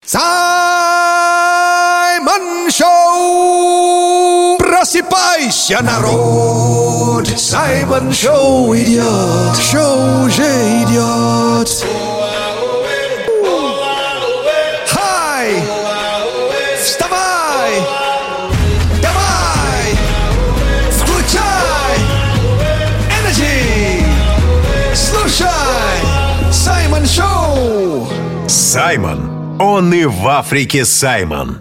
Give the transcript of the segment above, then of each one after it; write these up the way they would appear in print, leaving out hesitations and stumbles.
Саймон Шоу! Просыпайся, народ! Саймон Шоу идет! Шоу уже идет! Хай! Вставай! Давай! Включай! Energy! Слушай! Саймон Шоу! Саймон. Он и в Африке Саймон.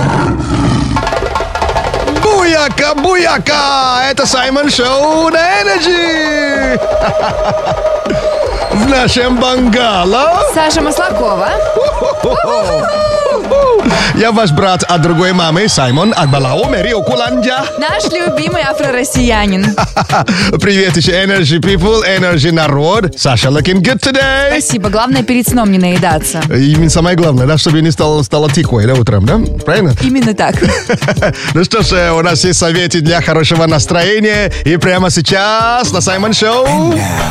Буяка, буяка! Это Саймон Шоу на Energy! В нашем бангало. Саша Маслакова. Я ваш брат от другой мамы, Саймон Акбалао Мерио Куланджа. Наш любимый афро-россиянин. Привет еще Energy People, Energy народ. Саша looking good today. Спасибо. Главное, перед сном не наедаться. Именно самое главное, да, чтобы не стало тиквой, да, утром, да? Правильно? Именно так. Ну что ж, у нас есть советы для хорошего настроения. И прямо сейчас на Саймон Шоу.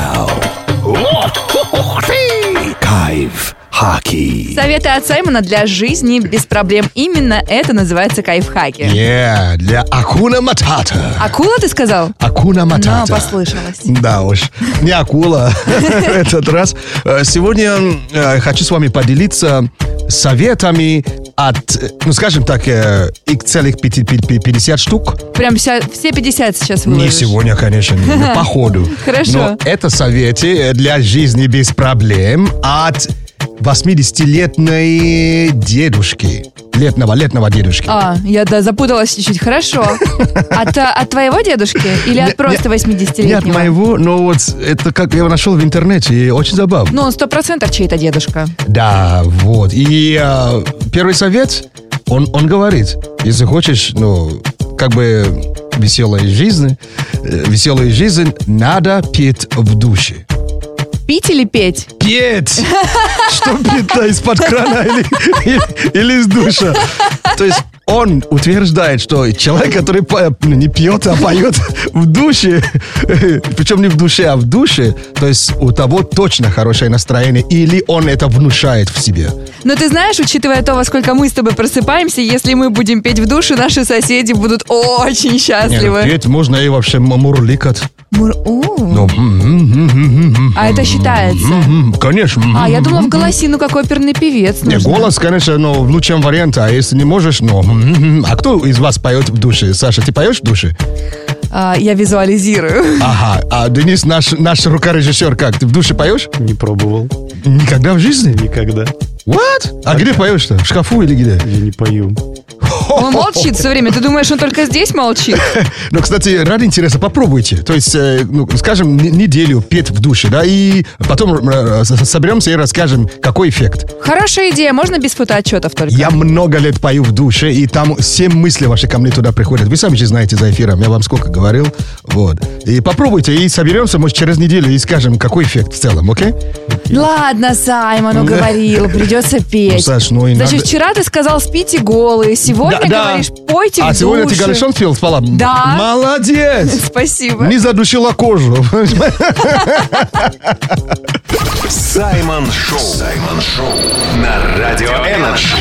Кайф. Хаки. Советы от Саймона для жизни без проблем. Именно это называется кайфхаки. Для Акуна Матата. Акула, ты сказал? Акуна Матата. Ну, послышалось. Да уж, не акула в этот раз. Сегодня хочу с вами поделиться советами от, ну скажем так, их целых 50 штук. Прям все 50 сейчас выложишь? Не сегодня, конечно, по ходу. Хорошо. Но это советы для жизни без проблем от 80-летней дедушки. Летнего дедушки. Я запуталась чуть-чуть. Хорошо. От твоего дедушки или от просто 80-летнего? Не от моего, но вот это как я его нашел в интернете, и очень забавно. Ну, он 100% чей-то дедушка. Да, вот. И первый совет, он говорит, если хочешь, ну, как бы веселая жизнь, надо петь в душе. Пить или петь? Петь! Что пить-то, из-под крана или из душа? То есть он утверждает, что человек, который не пьет, а поет в душе, причем не в душе, а в душе, то есть у того точно хорошее настроение, или он это внушает в себе. Но ты знаешь, учитывая то, во сколько мы с тобой просыпаемся, если мы будем петь в душе, наши соседи будут очень счастливы. Не, петь можно и вообще мурликать. А это считается? Конечно. Я думала, в голосину как оперный певец нужно. Не, голос, конечно, но в лучшем варианте, а если не можешь, А кто из вас поет в душе? Саша, ты поешь в душе? Я визуализирую. Ага, а Денис, наш рукорежиссер, как? Ты в душе поешь? Не пробовал. Никогда в жизни? Никогда. What? А где поешь-то? В шкафу или где? Я не пою. Он молчит все время. Ты думаешь, он только здесь молчит? Ну, кстати, ради интереса попробуйте. То есть, скажем, неделю петь в душе, да, и потом соберемся и расскажем, какой эффект. Хорошая идея. Можно без фотоотчетов только? Я много лет пою в душе, и там 7 мыслей ваши ко мне туда приходят. Вы сами же знаете за эфиром, я вам сколько говорил. Вот. И попробуйте, и соберемся, может, через неделю и скажем, какой эффект в целом, окей? Ладно, Саймон уговорил, придется петь. Ну, Саш, и значит, надо... вчера ты сказал, спите голые, сегодня говоришь, пойте в душе. А сегодня ты голышом спала? Да. Молодец! Спасибо. Не задушила кожу. Саймон Шоу. Саймон Шоу. На Радио Энерджи.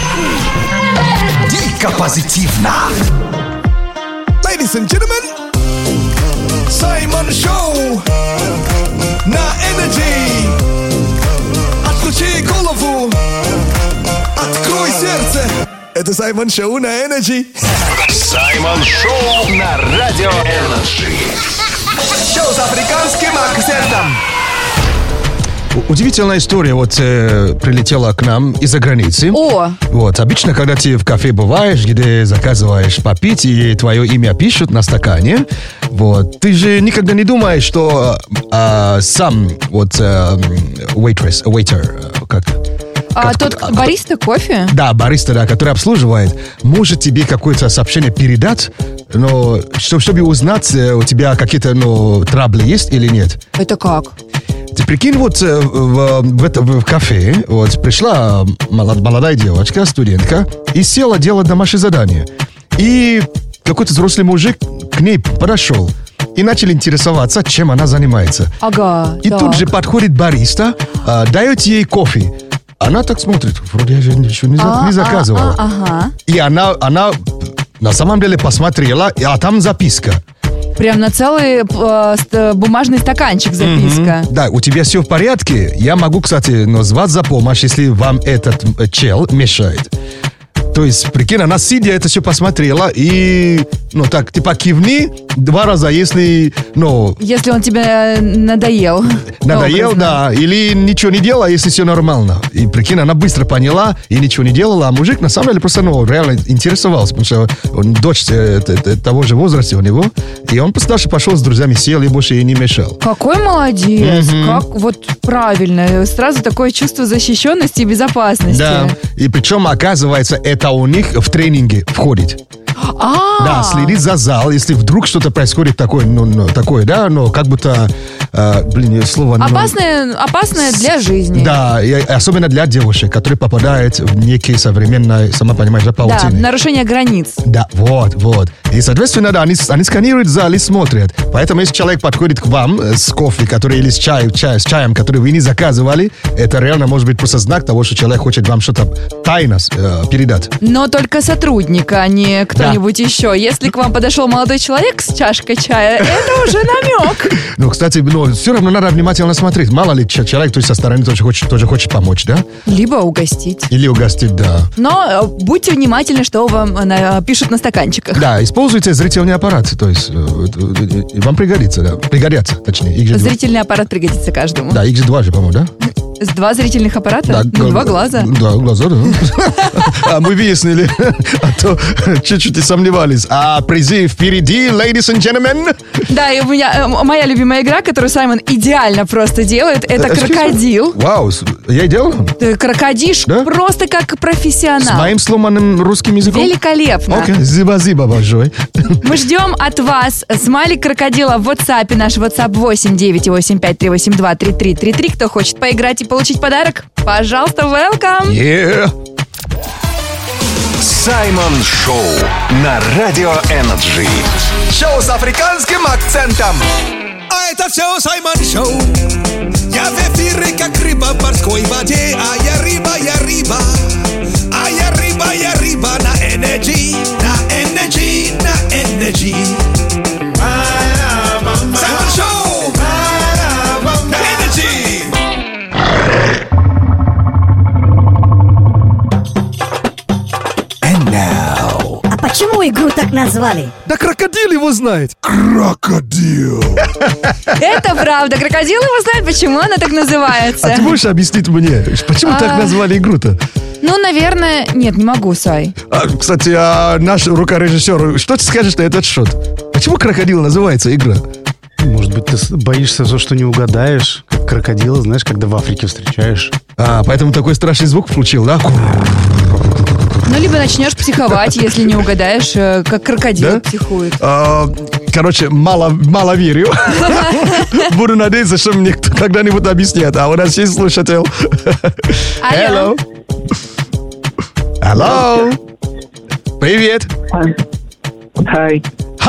Дико позитивно. Ladies and gentlemen, Саймон Шоу на Energy. Отключи голову, открой сердце. Это Саймон Шоу на Energy. Саймон Шоу на Радио Энерджи. Шоу с африканским акцентом. Удивительная история вот прилетела к нам из-за границы. Вот, обычно, когда ты в кафе бываешь, где заказываешь попить, и твое имя пишут на стакане, вот, ты же никогда не думаешь, что сам вот waiter, как... бариста кофе? Да, бариста, да, который обслуживает, может тебе какое-то сообщение передать, но чтобы узнать, у тебя какие-то траблы есть или нет. Это как? Ты прикинь, вот в кафе вот пришла молодая девочка, студентка, и села делать домашнее задание. И какой-то взрослый мужик к ней подошел и начал интересоваться, чем она занимается. Ага. И тут же подходит бариста, дает ей кофе. она так смотрит. Вроде я же ничего не заказывала. Ага. И она на самом деле посмотрела, а там записка. Прям на целый бумажный стаканчик записка. Да, у тебя все в порядке. Я могу, кстати, назвать за помощь, если вам этот чел мешает. То есть, прикинь, она сидя это все посмотрела и, ну так, типа кивни 2 раза, если, ну... Если он тебе надоел. Надоел, да. Или ничего не делала, если все нормально. И прикинь, она быстро поняла и ничего не делала. А мужик, на самом деле, просто, ну, реально интересовался. Потому что дочь того же возраста у него. И он просто дальше пошел с друзьями, сел и больше ей не мешал. Какой молодец. Как вот правильно. Сразу такое чувство защищенности и безопасности. Да. И причем, оказывается, это у них в тренинге входит. Да, следить за зал, если вдруг что-то происходит такое, такое, да, но как будто, слово... Опасное для жизни. Да, и особенно для девушек, которые попадают в некие современные, сама понимаешь, да, паутины. Да, нарушение границ. Да, вот. И, соответственно, да, они сканируют зал и смотрят. Поэтому, если человек подходит к вам с кофе, или с чаем, который вы не заказывали, это реально может быть просто знак того, что человек хочет вам что-то тайно передать. Но только сотрудник, а не кто-нибудь еще. Если к вам подошел молодой человек с чашкой чая, это уже намек. Ну, кстати, все равно надо внимательно смотреть. Мало ли человек, то есть со стороны тоже хочет помочь, да? Либо угостить. Или угостить, да. Но будьте внимательны, что вам пишут на стаканчиках. Да, используйте зрительный аппарат. То есть вам пригодится, да. Пригодятся, точнее. Зрительный аппарат пригодится каждому. Да, их же 2 же, по-моему, да? 2 зрительных аппарата? Да, 2 глаза. Да, глаза, да. А мы выяснили, а то чуть-чуть и сомневались. А призы впереди, ladies and gentlemen. Да, и у меня моя любимая игра, которую Саймон идеально просто делает, это крокодил. Вау, я и делал? Ты крокодишь просто как профессионал. С моим сломанным русским языком? Великолепно. Окей, зиба-зиба большой. Мы ждем от вас смайлик крокодила в WhatsApp. Наш WhatsApp 89853823333. Кто хочет поиграть и получить подарок, пожалуйста, welcome. Yeah. Саймон Шоу на Радио Энерджи. Шоу с африканским акцентом. А это все Саймон Шоу. Я в эфире, как рыба в морской воде. А я рыба, я рыба. А я рыба, я рыба на Энерджи. На Энерджи, на Энерджи. Саймон Шоу на Энерджи. А почему игру так назвали? Да крокодил его знает. Крокодил. Это правда. Крокодил его знает, почему она так называется. А ты можешь объяснить мне, почему так назвали игру-то? Ну, наверное... Нет, не могу, Сай. Кстати, наш рукорежиссер, что ты скажешь на этот счет? Почему крокодил называется игра? Может быть, ты боишься, что не угадаешь, как крокодила, знаешь, когда в Африке встречаешь. Поэтому такой страшный звук включил, да? Ну, либо начнешь психовать, если не угадаешь, как крокодил психует. Короче, мало верю. Буду надеяться, что мне когда-нибудь объяснят. А у нас есть слушатель. Алло. Алло. Привет. Hi.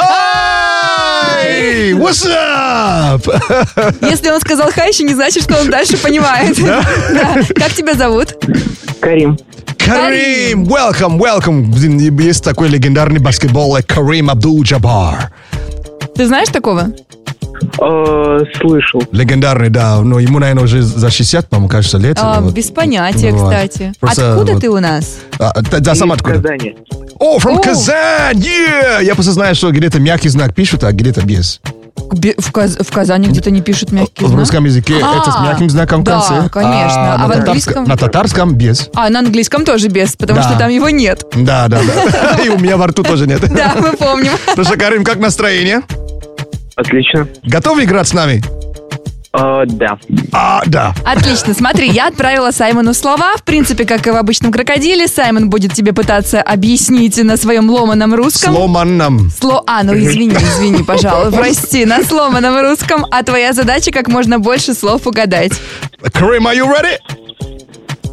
Hi! What's up? Если он сказал «хай», еще не значит, что он дальше понимает. Да. Как тебя зовут? Карим. Карим! Welcome. Есть такой легендарный баскетболист Карим Абдул-Джаббар. Ты знаешь такого? Слышал. Легендарный, да. Но ему, наверное, уже за 60, по-моему, кажется, лет. Без понятия, кстати. Просто откуда ты у нас? Да, сам откуда? В Казани. From Казань! Yeah! Я просто знаю, что где-то мягкий знак пишут, а где-то без. В Казани где-то не пишут мягкий знак? В русском языке это с мягким знаком в конце. Да, конечно. А в английском? На татарском без. На английском тоже без, потому что там его нет. Да. И у меня во рту тоже нет. Да, мы помним. Ну что, Карим, как настроение? Отлично. Готов играть с нами? Да. Да. Отлично, смотри, я отправила Саймону слова. В принципе, как и в обычном крокодиле, Саймон будет тебе пытаться объяснить на своем ломаном русском. Сломанном. Извини, пожалуй, прости, на сломанном русском. А твоя задача как можно больше слов угадать. Kareem, are you ready?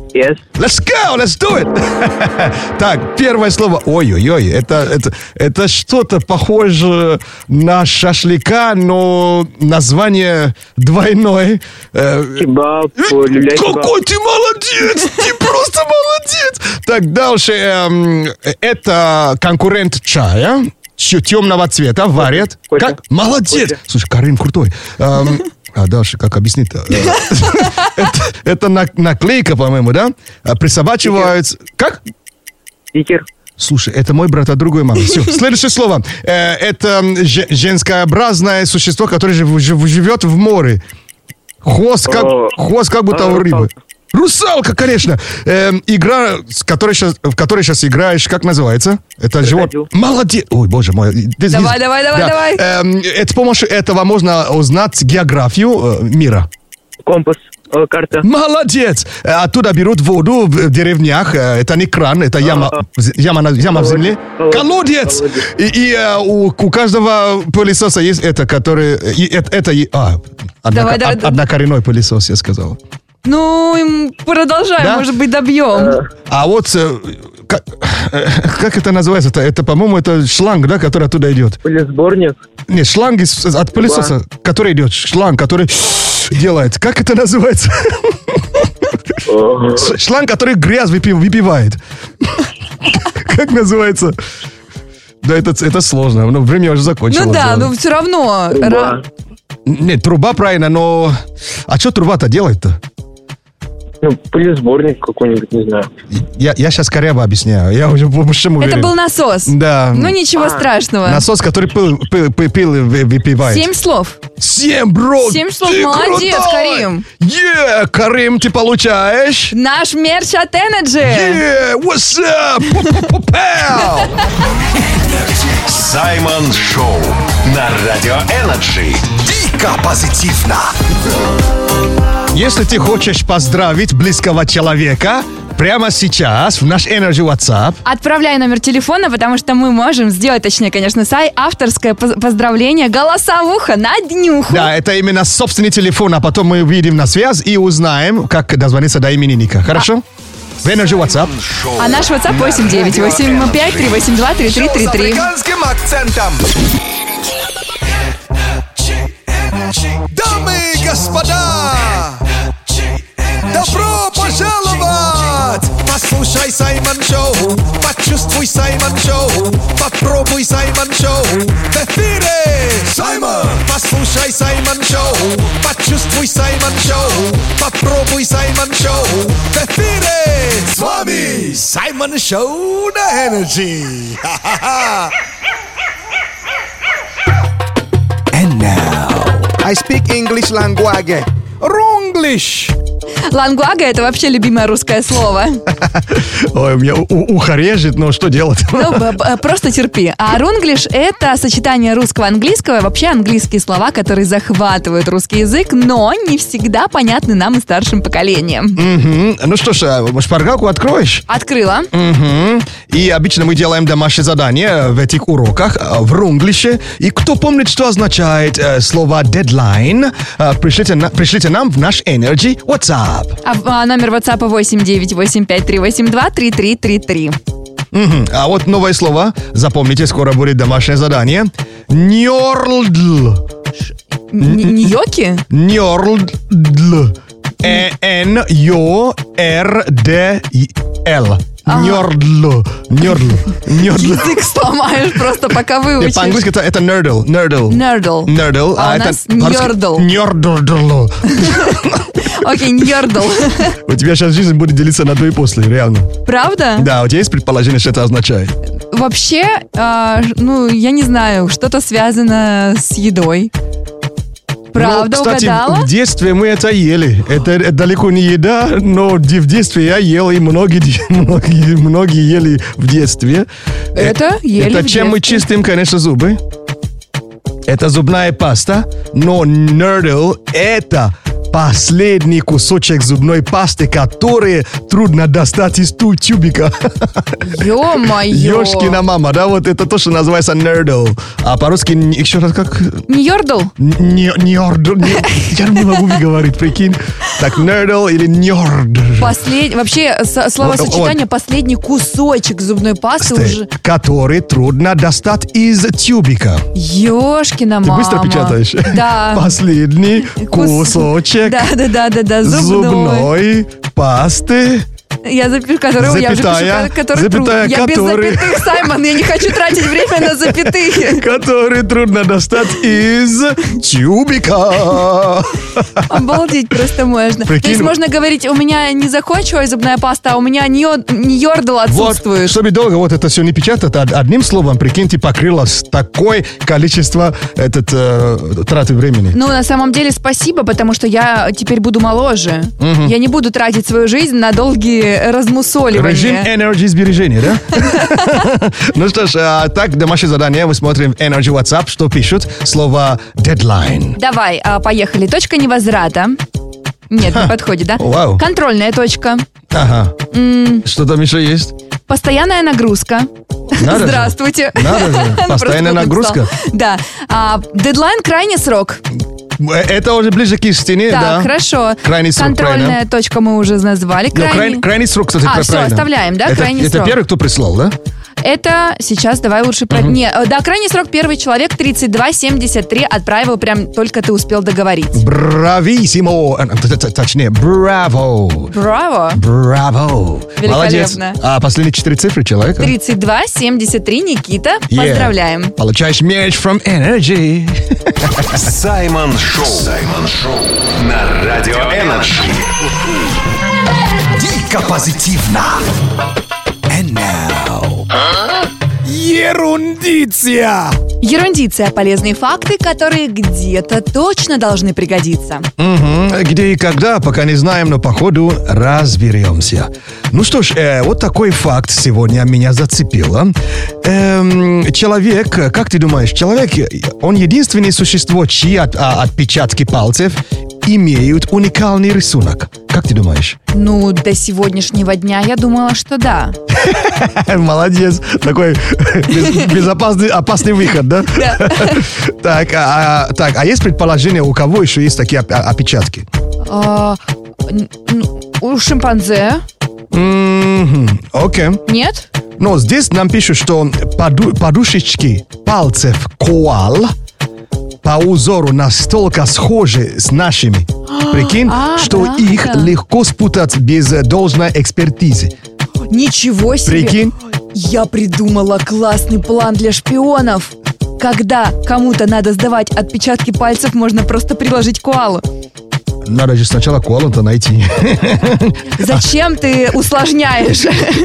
Yes. Let's go, let's do it. Так, первое слово. Ой-ой-ой, это что-то похоже на шашлыка, но название двойное. Кебаб, люля-кебаб. Какой ты молодец! Ты просто молодец! Так, дальше. Это конкурент чая. Темного цвета, варят. Кофе. Как? Молодец! Кофе. Слушай, Карим крутой. А дальше, как объяснить-то? Это наклейка, по-моему, да? Присобачивают... Как? Стикер. Слушай, это мой брат от другой мамы. Все, следующее слово. Это женскообразное существо, которое живет в море. Хвост как будто у рыбы. Русалка, конечно. Игра, в которой сейчас играешь, как называется? Это животное. Молодец. Ой, боже мой. Давай. Это с помощью этого можно узнать географию мира. Компас. Карта. Молодец! Оттуда берут воду в деревнях. Это не кран, это яма в земле. Колодец! И у каждого пылесоса есть это, который... Однокоренной пылесос, я сказал. Ну, продолжаем, Да? может быть, добьем. А вот... Как это называется? Это, по-моему, это шланг, да, который оттуда идет. Пылесборник. Нет, шланг от пылесоса, который идет. Шланг, который делает. Как это называется? Шланг, который грязь выпивает. Как называется? Да, это сложно. Но время уже закончилось. Ну да, но все равно. Труба. Нет, труба правильно, но... А что труба-то делает-то? Ну, пылесборник какой-нибудь, не знаю. Я сейчас коряво объясняю. Я уже больше уверен. Это был насос. Да. Ну, ничего страшного. Насос, который пыл выпивает. 7 слов. 7, бро! 7 слов. Ты Молодец, крутой! Карим. Карим, ты получаешь? Наш мерч от Energy. What's up? Пау! Саймон Шоу на Радио Энерджи. Дико позитивно. Если ты хочешь поздравить близкого человека, прямо сейчас в наш Energy WhatsApp. Отправляй номер телефона, потому что мы можем сделать, точнее, конечно, авторское поздравление голосовуха на днюху. Да, это именно собственный телефон, а потом мы выйдем на связь и узнаем, как дозвониться до именинника. Хорошо? В Energy WhatsApp. А наш WhatsApp 89853823333. С африканским акцентом. Дамы и господа, добро пожаловать! Послушай Саймон Шоу, почувствуй Саймон Шоу, попробуй Саймон Шоу. В эфире Саймон! Послушай Саймон Шоу, почувствуй Саймон Шоу, попробуй Саймон Шоу. В эфире с вами Саймон Шоу на Energy. Ха-ха-ха! And now I speak English language. Ронглиш. Лангуага — это вообще любимое русское слово. Ой, у меня ухо режет, но что делать? Ну, просто терпи. А рунглиш — это сочетание русского и английского, вообще английские слова, которые захватывают русский язык, но не всегда понятны нам и старшим поколениям. Ну что ж, шпаргалку откроешь? Открыла. И обычно мы делаем домашнее задание в этих уроках в рунглише. И кто помнит, что означает слово deadline, пришлите нам в наш Energy WhatsApp. А номер WhatsApp 89853823333. А вот новое слово. Запомните, скоро будет домашнее задание. Ньордл. Ньоки? Ньордл. N-Ё-Р-Д-Л. Ньордл. Язык сломаешь просто, пока выучишь. По-английски это nerdle. Нердл. А у нас ньордл. Ньордл. Окей, ньордл. У тебя сейчас жизнь будет делиться на до и после, реально. Правда? Да, у тебя есть предположение, что это означает? Вообще, я не знаю, что-то связано с едой. Правда, ну, кстати, угадала? в детстве мы это ели. Это далеко не еда, но в детстве я ел, и многие ели в детстве. Это ели Это в чем мы детстве. чистим, конечно, зубы. Это зубная паста, но nerdle это последний кусочек зубной пасты, который трудно достать из тюбика. Ё-моё. Ёшкина мама, да, вот это то, что называется nerdle. А по-русски еще раз как? Не йордл? Нёрдл. Я не могу говорить, прикинь. Так, nerdle или нёрд. Вообще, словосочетание «последний кусочек зубной пасты» уже... Который трудно достать из тюбика. Ёшкина мама. Ты быстро печатаешь? Да. Последний кусочек Да, зубной пасты. Я запишу, которую я уже пишу, который трудно. Я без запятых, Саймон, я не хочу тратить время на запятые. Который трудно достать из тюбика. Обалдеть просто можно. Прикинь, то есть можно говорить, у меня не закончилась зубная паста, а у меня не йордл отсутствует. Вот, чтобы долго вот это все не печатать, одним словом, прикинь, ты покрыла такое количество траты времени. Ну, на самом деле, спасибо, потому что я теперь буду моложе. Я не буду тратить свою жизнь на долгие размусоливания. Режим Energy сбережения, да? Ну что ж, так, домашнее задание. Мы смотрим Energy WhatsApp, что пишут. Слово deadline. Давай, поехали. Точка невозврата. Нет, не подходит, да? Вау. Контрольная точка. Ага. Что там еще есть? Постоянная нагрузка. Надо же. Здравствуйте. Надо же. Постоянная нагрузка. Да. Дедлайн — крайний срок. Это уже ближе к истине, Так, да? хорошо. Крайний срок, Контрольная правильно. точка мы уже назвали. Крайний срок, кстати, все, правильно. оставляем, да? Крайний это срок. первый, кто прислал, да? Это сейчас давай лучше... Да, крайний срок первый человек 3273 отправил, прям только ты успел договорить. Брависсимо. Точнее, браво. Браво. Браво. Молодец. Великолепно. А последние 4 цифры человека? 3273, Никита. Yeah. Поздравляем. Получаешь мяч from Energy. Саймон Шоу. Саймон Шоу. На Радио Энерджи. Дико позитивно. And now... Ерундиция! Ерундиция. Полезные факты, которые где-то точно должны пригодиться. Где и когда, пока не знаем, но по ходу разберемся. Ну что ж, вот такой факт сегодня меня зацепило. Человек, как ты думаешь, человек, он единственное существо, чьи отпечатки пальцев имеют уникальный рисунок. Как ты думаешь? Ну, до сегодняшнего дня я думала, что да. Молодец. Такой безопасный, опасный выход, да? Да. Так, а есть предположение, у кого еще есть такие отпечатки? У шимпанзе. Окей. Нет? Но здесь нам пишут, что подушечки пальцев коал по узору настолько схожи с нашими, прикинь, что правда? их легко спутать без должной экспертизы. Ничего себе. Прикинь? Я придумала классный план для шпионов. Когда кому-то надо сдавать отпечатки пальцев, можно просто приложить коалу. Надо же сначала коалу-то найти. Зачем ты усложняешь?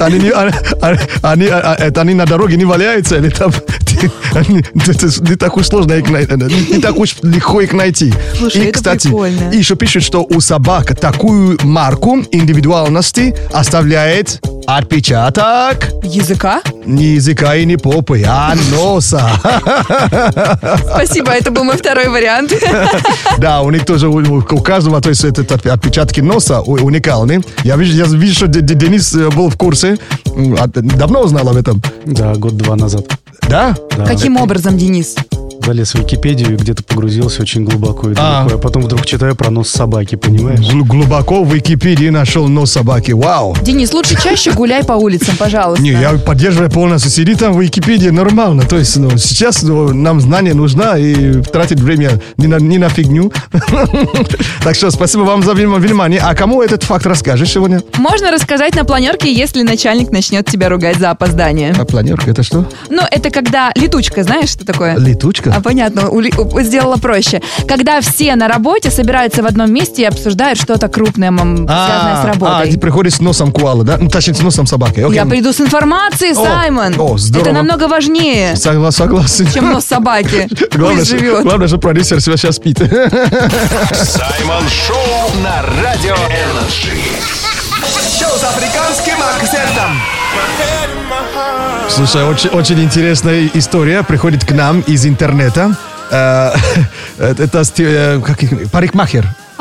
Они на дороге не валяются, или там не так уж сложно их найти, не так уж легко их найти. Слушай, И, это кстати, прикольно. и еще пишут, что у собак такую марку индивидуальности оставляет отпечаток Языка? не языка и не попы, а носа. Спасибо, это был мой второй вариант. Да, у них тоже, у каждого, то есть этот отпечатки носа уникальные. Я вижу, что Денис был в курсе. Давно узнал об этом? Да, 1-2 назад. Да? Да. Каким образом, Денис? Залез в Википедию и где-то погрузился очень глубоко и далеко. А потом вдруг читаю про нос собаки, понимаешь? Глубоко в Википедии нашел нос собаки. Вау. Денис, лучше чаще гуляй по улицам, пожалуйста. Не, я поддерживаю полностью. Сиди там в Википедии нормально. То есть сейчас нам знание нужно и тратить время не на фигню. Так что спасибо вам за внимание. А кому этот факт расскажешь сегодня? Можно рассказать на планерке, если начальник начнет тебя ругать за опоздание. А планерка это что? Ну, это когда летучка, знаешь, что такое? Летучка? А, понятно, сделала проще. Когда все на работе собираются в одном месте и обсуждают что-то крупное, связанное с работой. ты приходишь с носом коалы, да? Ну, точнее, с носом собаки. Окей. Я приду с информацией, Саймон. Здорово. Это намного важнее, Согласен. чем нос собаки. Главное, Пусть живет. главное, что продюсер себя сейчас спит. Саймон Шоу на Радио Энерджи. Шоу с африканским акцентом. Слушай, очень интересная история приходит к нам из интернета. Это парикмахер.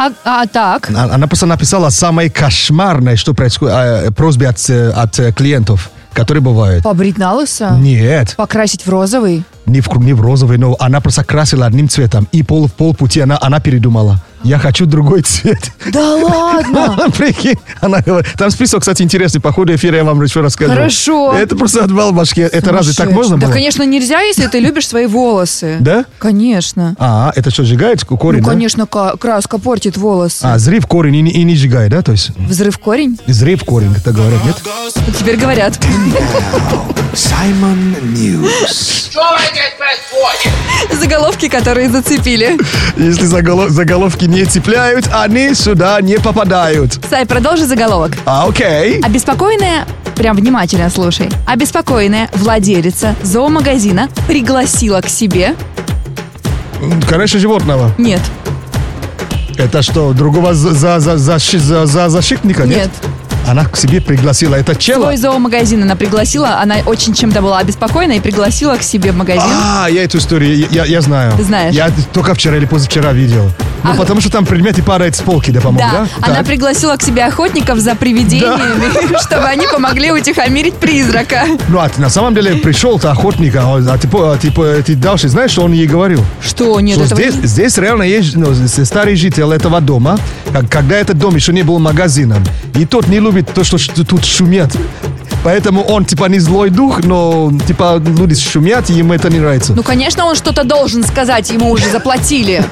Так. Она просто написала самое кошмарное, что происходит, просьбы от клиентов, которые бывают. Побрить на лысо? Нет. Покрасить в розовый? Не в розовый, но она просто красила одним цветом. И полпути она передумала. Я хочу другой цвет. Да ладно? Прикинь, она говорит. Там список, кстати, интересный. По ходу эфира я вам еще расскажу. Хорошо. Это просто отвал башки. Это разве так можно было? Да, конечно, нельзя, если ты любишь свои волосы. Да? Конечно. Это что, сжигает корень, Ну, да? конечно, краска портит волосы. Взрыв корень и не сжигает, да? То есть Взрыв корень? взрыв корень, это говорят, нет? Вот теперь говорят. Саймон Ньюс. Заголовки, которые зацепили. Если заголовки не цепляют, они сюда не попадают. Сай, продолжи заголовок. Окей. Обеспокоенная, прям внимательно слушай, обеспокоенная владелица зоомагазина пригласила к себе... Конечно, животного. Нет. Это что, другого защитника, нет? Нет. Она к себе пригласила. Это чела? Свой зоомагазин она пригласила, она очень чем-то была обеспокоена и пригласила к себе в магазин. Я эту историю, я знаю. Ты знаешь? Я только вчера или позавчера видел. Ну, потому что там предметы падают с полки, да, по-моему, да? Она Так. пригласила к себе охотников за привидениями, чтобы они помогли утихомирить призрака. Ну, на самом деле пришел-то охотник, ты дальше знаешь, что он ей говорил? Что? Нет, Что этого здесь реально есть старый житель этого дома, когда этот дом еще не был магазином. И тот не любит то, что тут шумят. Поэтому он, не злой дух, но, люди шумят, и ему это не нравится. Ну, конечно, он что-то должен сказать, ему уже заплатили.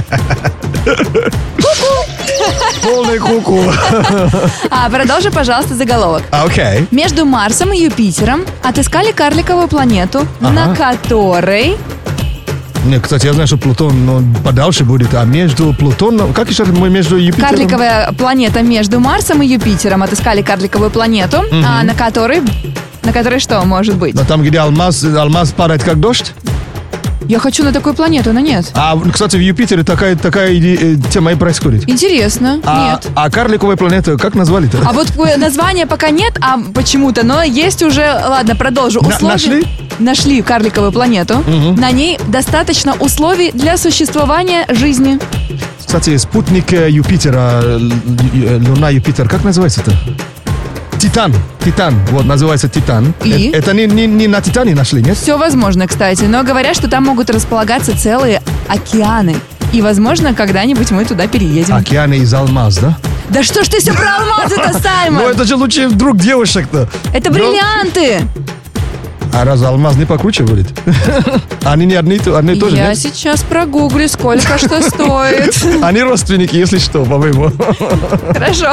Полный куку. Продолжи, пожалуйста, заголовок. Окей. Между Марсом и Юпитером отыскали карликовую планету, на которой... Не, кстати, я знаю, что Плутон подальше будет, а между Плутоном... Как еще мы между Юпитером? Карликовая планета между Марсом и Юпитером. Отыскали карликовую планету, на которой что может быть? Но там, где алмаз падает как дождь? Я хочу на такую планету, но нет. Кстати, в Юпитере такая тема и происходит. Интересно. Нет. А карликовая планета, как назвали-то? А вот названия пока нет, почему-то, но есть уже... Ладно, продолжу. Нашли? Нашли карликовую планету. На ней достаточно условий для существования жизни. Кстати, спутник Юпитера, Луна Юпитер, как называется-то? Титан, вот называется Титан. И? Это не на Титане нашли, нет? Все возможно, кстати, но говорят, что там могут располагаться целые океаны. И, возможно, когда-нибудь мы туда переедем. Океаны из алмаз, да? Да что ж ты все про алмазы-то, Саймон? Ну это же лучше вдруг девушек-то. Это бриллианты. А раз алмаз не покруче будет? Они не одни тоже, Я нет? сейчас прогуглю, сколько что стоит. Они родственники, если что, по-моему. Хорошо.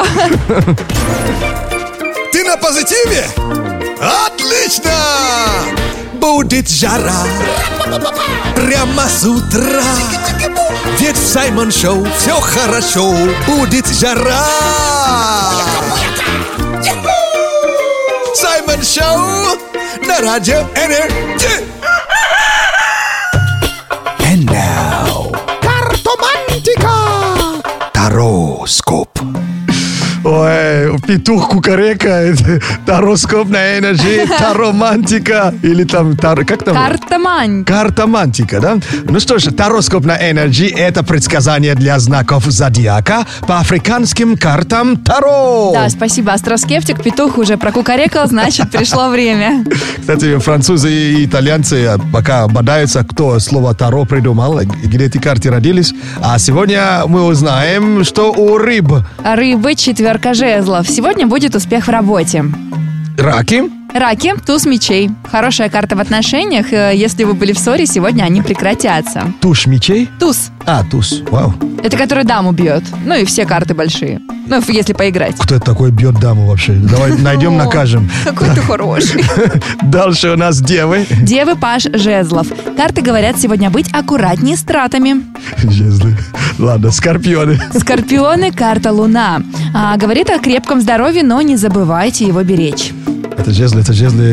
Ты на позитиве? Отлично! Будет жара прямо с утра. Ведь в Саймон Шоу все хорошо. Будет жара. Саймон Шоу на Радио Энерджи. And now, Картомантика. Тароскоп. Ой, петух кукарекает, тароскоп на Energy, таромантика, или там, как там? Картомантика, да? Ну что ж, тароскоп на Energy — это предсказание для знаков зодиака по африканским картам Таро. Да, спасибо, астроскептик. Петух уже прокукарекал, значит, пришло время. Кстати, французы и итальянцы пока бодаются, кто слово Таро придумал, где эти карты родились. А сегодня мы узнаем, что у рыб. Рыбы, четверка жезлов. Сегодня будет успех в работе. Раки. Раки, туз мечей. Хорошая карта в отношениях. Если вы были в ссоре, сегодня они прекратятся. Туз мечей? Туз. Туз, вау. Это который даму бьет. Ну и все карты большие. Ну, если поиграть. Кто это такой бьет даму вообще? Давай найдем, накажем. Какой ты хороший. Дальше у нас девы. Девы, паж жезлов. Карты говорят сегодня быть аккуратнее с тратами. Жезлы. Ладно, скорпионы. Скорпионы, карта луна. Говорит о крепком здоровье, но не забывайте его беречь. Это жезлы,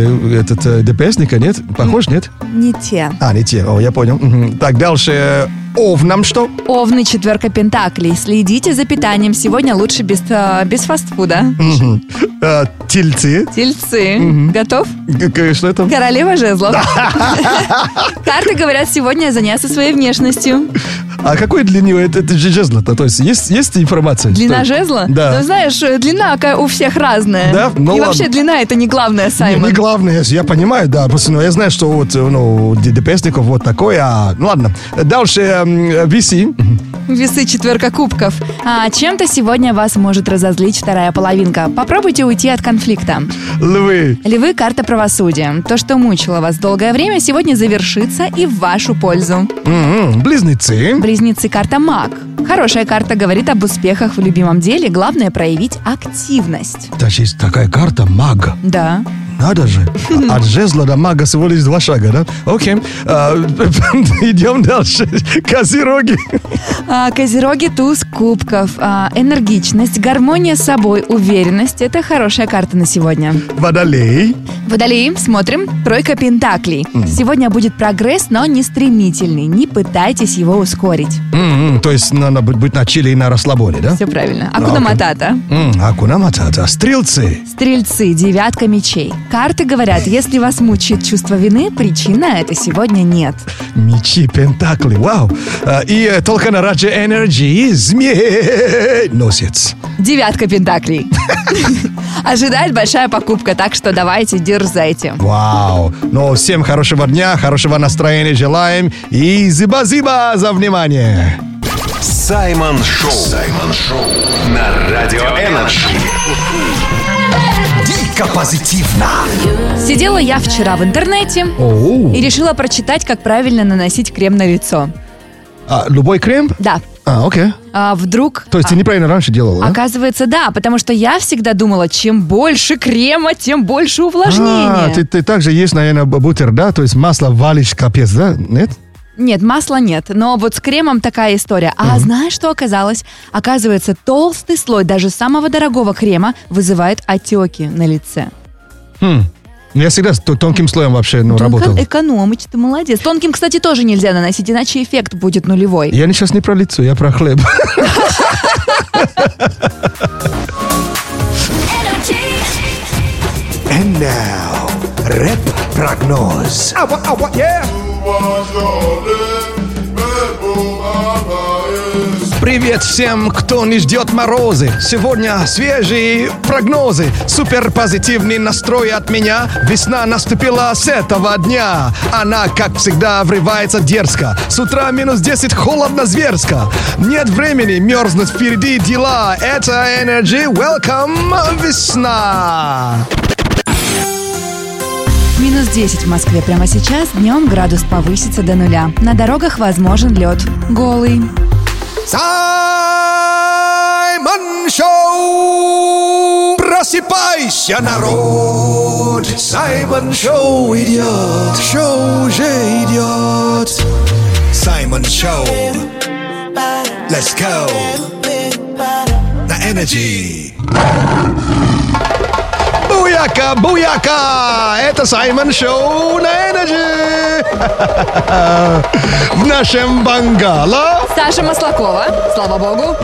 ДПС-ника, нет? Похож, нет? Не те. Не те. О, я понял. Так, дальше Овнам что? Овны, четверка пентаклей. Следите за питанием. Сегодня лучше без фастфуда. Тельцы. Тельцы. Готов? Что это? Королева жезлов. Карты говорят сегодня заняться своей внешностью. А какой длину это жезла-то? То есть есть информация? Длина Что? жезла? Да. Ну, знаешь, длина у всех разная. Да? Ну, и ладно. вообще длина это не главное, Саймон. Не главное, я понимаю, да. Просто я знаю, что вот, депестников вот такой. Ну ладно. Дальше весы. Весы, четверка кубков. Чем-то сегодня вас может разозлить вторая половинка. Попробуйте уйти от конфликта. Львы. Львы, карта правосудия. То, что мучило вас долгое время, сегодня завершится и в вашу пользу. Близнецы. Близнецы, карта маг. Хорошая карта говорит об успехах в любимом деле. Главное проявить активность. Даже есть такая карта мага. Да. Надо же. От жезла до мага всего лишь 2 шага, да? Окей. Идем дальше. Козероги. Козероги, туз кубков. Энергичность, гармония с собой, уверенность. Это хорошая карта на сегодня. Водолей. Водолеи, смотрим. Тройка пентаклей. Сегодня будет прогресс, но не стремительный. Не пытайтесь его ускорить. То есть надо быть на чили и на расслабоне, да? Все правильно. Акуна Матата. Акуна Матата. Стрелцы. Стрельцы, девятка мечей. Карты говорят, если вас мучает чувство вины, причина это сегодня нет. Мечи, пентакли, вау. И только на Раджа Энерджи змей носец. Девятка пентаклей. Ожидает большая покупка, так что давайте, дерзайте. Вау. Ну, всем хорошего дня, хорошего настроения желаем. И зиба-зиба за внимание. Саймон Шоу. Саймон Шоу. На Радио Энерджи. Дико позитивно. Сидела я вчера в интернете и решила прочитать, как правильно наносить крем на лицо. Любой крем? Да. Окей. Вдруг... То есть ты неправильно раньше делала, да? Оказывается, да, потому что я всегда думала, чем больше крема, тем больше увлажнения. Ты также есть, наверное, бутер, да? То есть масло валишь капец, да? Нет? Нет, масла нет, но вот с кремом такая история. Знаешь, что оказалось? Оказывается, толстый слой даже самого дорогого крема вызывает отеки на лице. Я всегда с тонким слоем вообще работал. Экономыч, ты молодец. Тонким, кстати, тоже нельзя наносить, иначе эффект будет нулевой. Я сейчас не про лицо, я про хлеб. And now, рэп-прогноз. Привет всем, кто не ждет морозы. Сегодня свежие прогнозы. Супер позитивный настрой от меня. Весна наступила с этого дня. Она, как всегда, врывается дерзко. С утра минус 10, холодно зверско. Нет времени мерзнуть, впереди дела. Это Energy. Welcome, весна. Минус 10 в Москве прямо сейчас. Днем градус повысится до 0. На дорогах возможен лед. Голый. Саймон Шоу! Просыпайся, народ! Саймон Шоу идет! Шоу уже идет! Саймон Шоу! Let's go! На Energy! Буяка, буяка! Это Саймон Шоу на Energy! В нашем бангало. Саша Маслакова, слава богу.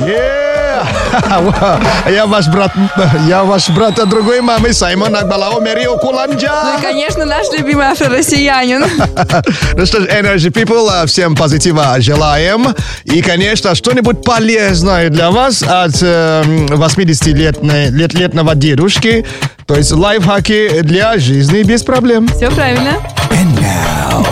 Я ваш брат от другой мамы, Саймон Акбалао Мерио Куланджа. Ну и, конечно, наш любимый афро-россиянин. Ну что ж, Energy People, всем позитива желаем. И, конечно, что-нибудь полезное для вас от 80-летнего дедушки. То есть лайфхаки для жизни без проблем. Все правильно. And now...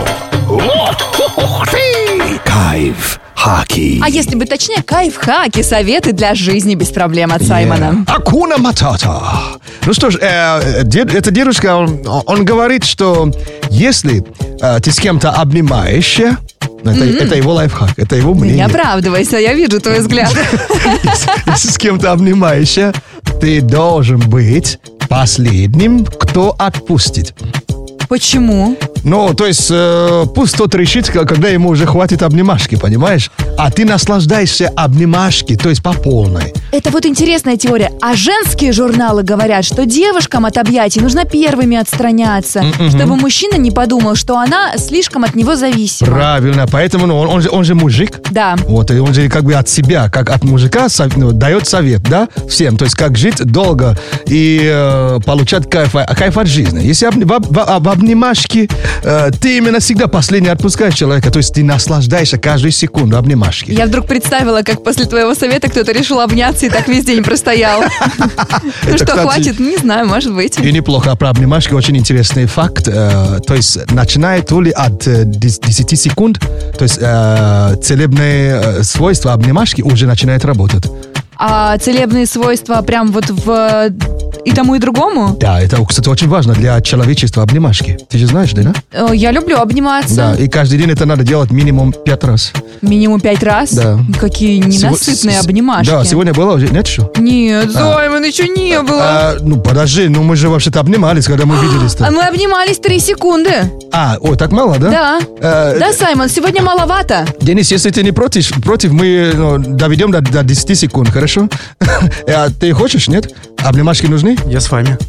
Кайф хаки. А если быть точнее, кайф-хаки, советы для жизни без проблем от Саймона. Акуна Матата. Ну что ж, это дедушка, он говорит, что если ты с кем-то обнимаешься, это его лайфхак, это его мнение. Не оправдывайся, я вижу твой взгляд. Если с кем-то обнимаешься, ты должен быть последним, кто отпустит. Почему? Ну, то есть, пусть тот решит, когда ему уже хватит обнимашки, понимаешь? А ты наслаждаешься обнимашки, то есть по полной. Это вот интересная теория. А женские журналы говорят, что девушкам от объятий нужно первыми отстраняться, чтобы мужчина не подумал, что она слишком от него зависима. Правильно, поэтому он же мужик. Да. Вот, и он же как бы от себя, как от мужика дает совет, да, всем. То есть, как жить долго и получать кайф от жизни. Если об обнимашке, ты именно всегда последний отпускаешь человека, то есть ты наслаждаешься каждую секунду обнимашки. Я вдруг представила, как после твоего совета кто-то решил обняться и так весь день простоял. Ну что, хватит? Не знаю, может быть. И неплохо. Про обнимашки очень интересный факт. То есть, начиная то ли от 10 секунд, то есть целебные свойства обнимашки уже начинают работать. А целебные свойства прям вот в и тому, и другому? Да, это, кстати, очень важно для человечества обнимашки. Ты же знаешь, да? Я люблю обниматься. Да, и каждый день это надо делать минимум 5 раз. Минимум 5 раз? Да. Какие ненасытные обнимашки. Да, сегодня было уже? Нет еще? Нет, Саймон, еще не было. Ну, подожди, мы же вообще-то обнимались, когда мы виделись-то. А мы обнимались 3 секунды. Ой, так мало, да? Да. Да, Саймон, сегодня маловато. Денис, если ты не против мы доведем до 10 секунд, хорошо? Ты хочешь, нет? Обнимашки нужны? Я с вами.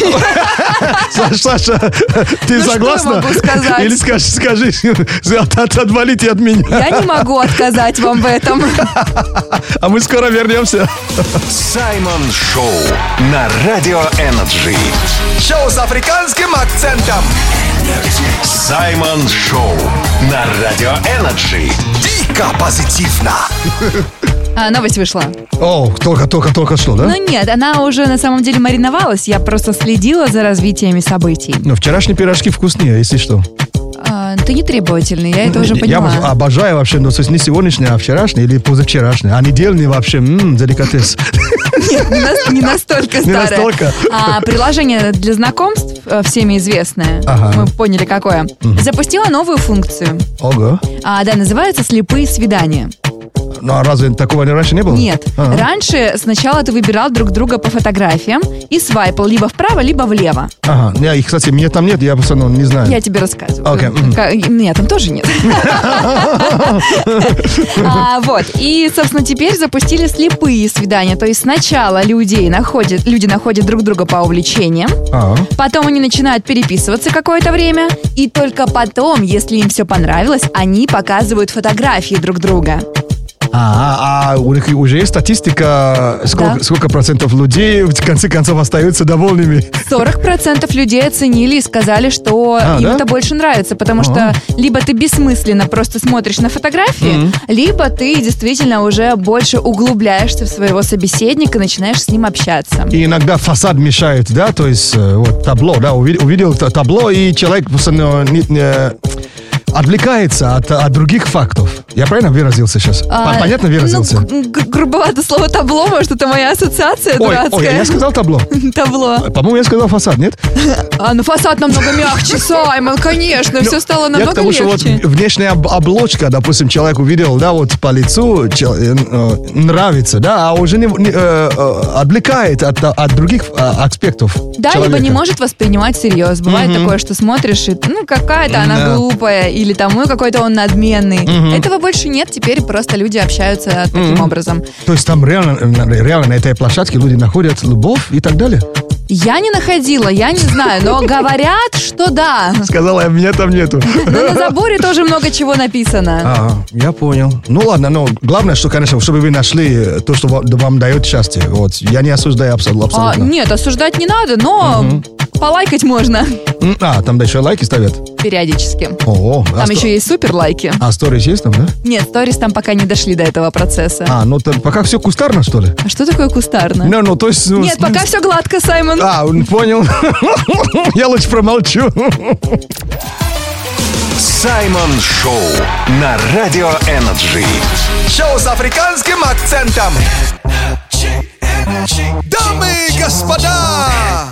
Саша, ты согласна? Что я могу сказать? Или скажи, отвалите от меня. Я не могу отказать вам в этом. А мы скоро вернемся. Саймон Шоу на Радио Энерджи. Шоу с африканским акцентом. Саймон Шоу на Радио Энерджи. Дико позитивно. Новость вышла. Только что, да? Ну нет, она уже на самом деле мариновалась. Я просто следила за развитиями событий. Ну, вчерашние пирожки вкуснее, если что. Ты не требовательный, я это уже поняла. Я обожаю вообще, то есть не сегодняшние, а вчерашние или позавчерашние. А недельные вообще, деликатес. Нет, не настолько старое. Не настолько. Приложение для знакомств, всеми известное, мы поняли какое, запустило новую функцию. Ого. Да, называется «Слепые свидания». Ну, а разве такого раньше не было? Нет. Раньше сначала ты выбирал друг друга по фотографиям и свайпал либо вправо, либо влево. И, кстати, меня там нет, я просто не знаю. Я тебе рассказываю. Okay. Нет, там тоже нет. Вот. И, собственно, теперь запустили слепые свидания. То есть сначала люди находят друг друга по увлечениям, потом они начинают переписываться какое-то время, и только потом, если им все понравилось, они показывают фотографии друг друга. У них уже есть статистика, сколько процентов людей в конце концов остаются довольными? 40% людей оценили и сказали, что им это больше нравится, потому что либо ты бессмысленно просто смотришь на фотографии, либо ты действительно уже больше углубляешься в своего собеседника, начинаешь с ним общаться. И иногда фасад мешает, да, то есть вот табло, да, увидел табло, и человек отвлекается от других фактов. Я правильно выразился сейчас? Понятно выразился? Грубовато слово «табло», может, это моя ассоциация дурацкая. Я сказал табло. Табло. По-моему, я сказал фасад, нет? Фасад намного мягче, Саймон, конечно, все стало намного легче. Потому что вот внешняя оболочка, допустим, человек увидел, да, вот по лицу, нравится, да, а уже отвлекает от других аспектов. Да, либо не может воспринимать всерьез. Бывает такое, что смотришь, и какая-то она глупая, или тому какой-то он надменный. Этого больше нет, теперь просто люди общаются таким образом. То есть там реально на этой площадке люди находят любовь и так далее? Я не находила, я не знаю, но говорят, что да. Сказала, меня там нету. Но на заборе тоже много чего написано. Я понял. Ну ладно, но главное, что, конечно, чтобы вы нашли то, что вам дает счастье. Вот. Я не осуждаю абсолютно. Нет, осуждать не надо, но полайкать можно. Там еще лайки ставят? Периодически. Там еще есть супер лайки. А сторис есть там, да? Нет, сторис там пока не дошли до этого процесса. Пока все кустарно, что ли? А что такое кустарно? То есть... Нет, пока все гладко, Саймон. Понял. Я лучше промолчу. Саймон Шоу на Радио Энерджи. Шоу с африканским акцентом. Дамы и господа,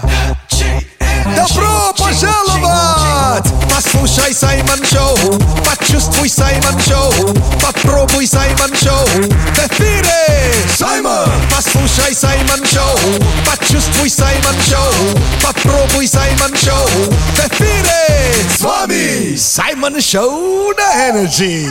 добро пожаловать! Послушай Саймон Шоу, почувствуй Саймон Шоу, попробуй Саймон Шоу в эфире. Саймон! Послушай Саймон Шоу, почувствуй Саймон Шоу, попробуй Саймон Шоу в эфире. С вами Саймон Шоу на Energy.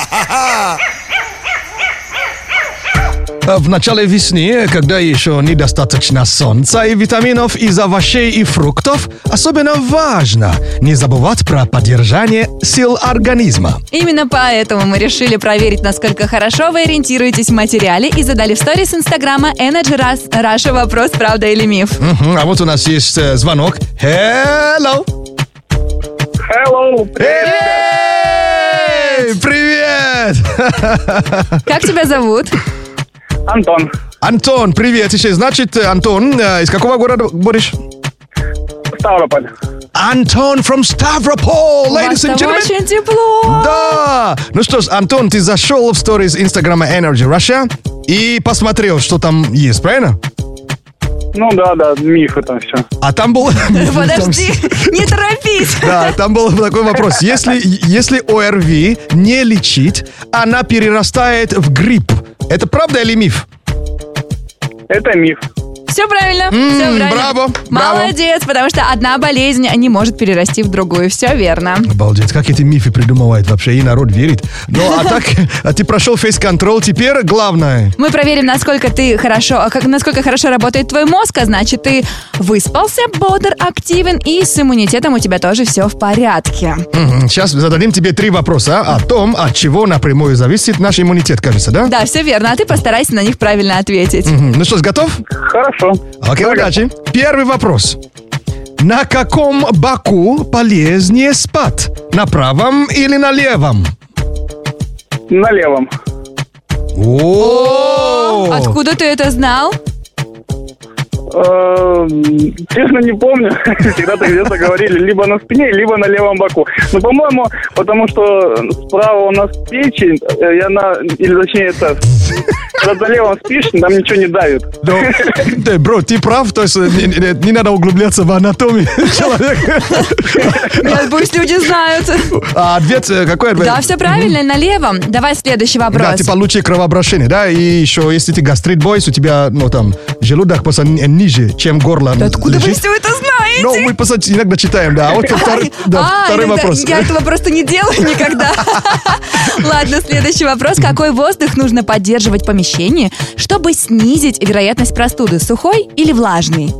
В начале весны, когда еще недостаточно солнца и витаминов из овощей и фруктов, особенно важно не забывать про поддержание сил организма. Именно поэтому мы решили проверить, насколько хорошо вы ориентируетесь в материале и задали в сторис инстаграма Energy Russia вопрос «Правда или миф?». А вот у нас есть звонок. Hello! Hello, Эй, привет! Как тебя зовут? Антон. Антон, привет еще. Значит, Антон, из какого города будешь? Ставрополь. Антон from Stavropol, У вас ladies and там gentlemen. очень тепло. Да! Ну что ж, Антон, ты зашел в сторис инстаграма Energy Russia и посмотрел, что там есть, правильно? Ну да, миф это все. А там был... Подожди, не торопись. Да, там был такой вопрос. Если ОРВИ не лечить, она перерастает в грипп. Это правда или миф? Это миф. Все правильно, все правильно. Браво, Молодец, потому что одна болезнь не может перерасти в другую. Все верно. Обалдеть, как эти мифы придумывают вообще, и народ верит. Ну, а так, ты прошел фейс-контрол, теперь главное. Мы проверим, насколько хорошо работает твой мозг, а значит, ты выспался, бодр, активен, и с иммунитетом у тебя тоже все в порядке. Сейчас зададим тебе 3 вопроса о том, от чего напрямую зависит наш иммунитет, кажется, да? Да, все верно, а ты постарайся на них правильно ответить. Ну что ж, готов? Хорошо. Окей, удачи. Первый вопрос. На каком боку полезнее спать? На правом или на левом? На левом. О! Откуда ты это знал? Честно, не помню. Всегда так где-то говорили либо на спине, либо на левом боку. Ну, по-моему, потому что справа у нас печень, или точнее это... Когда на левом спишь, нам ничего не давит. Да, бро, ты прав, то есть не надо углубляться в анатомию человека. Нет, пусть люди знают. А ответ какой? Да, все правильно, на левом. Давай следующий вопрос. Да, типа лучше кровообращение, да, и еще, если ты гастрит бойс, у тебя, ну, там, желудок просто ниже, чем горло. Да откуда вы лежит. все это знаете? Ну, мы, просто иногда читаем, да. А вот второй вопрос. Я этого просто не делаю никогда. Ладно, следующий вопрос. Какой воздух нужно поддерживать в помещении, чтобы снизить вероятность простуды? Сухой или влажный?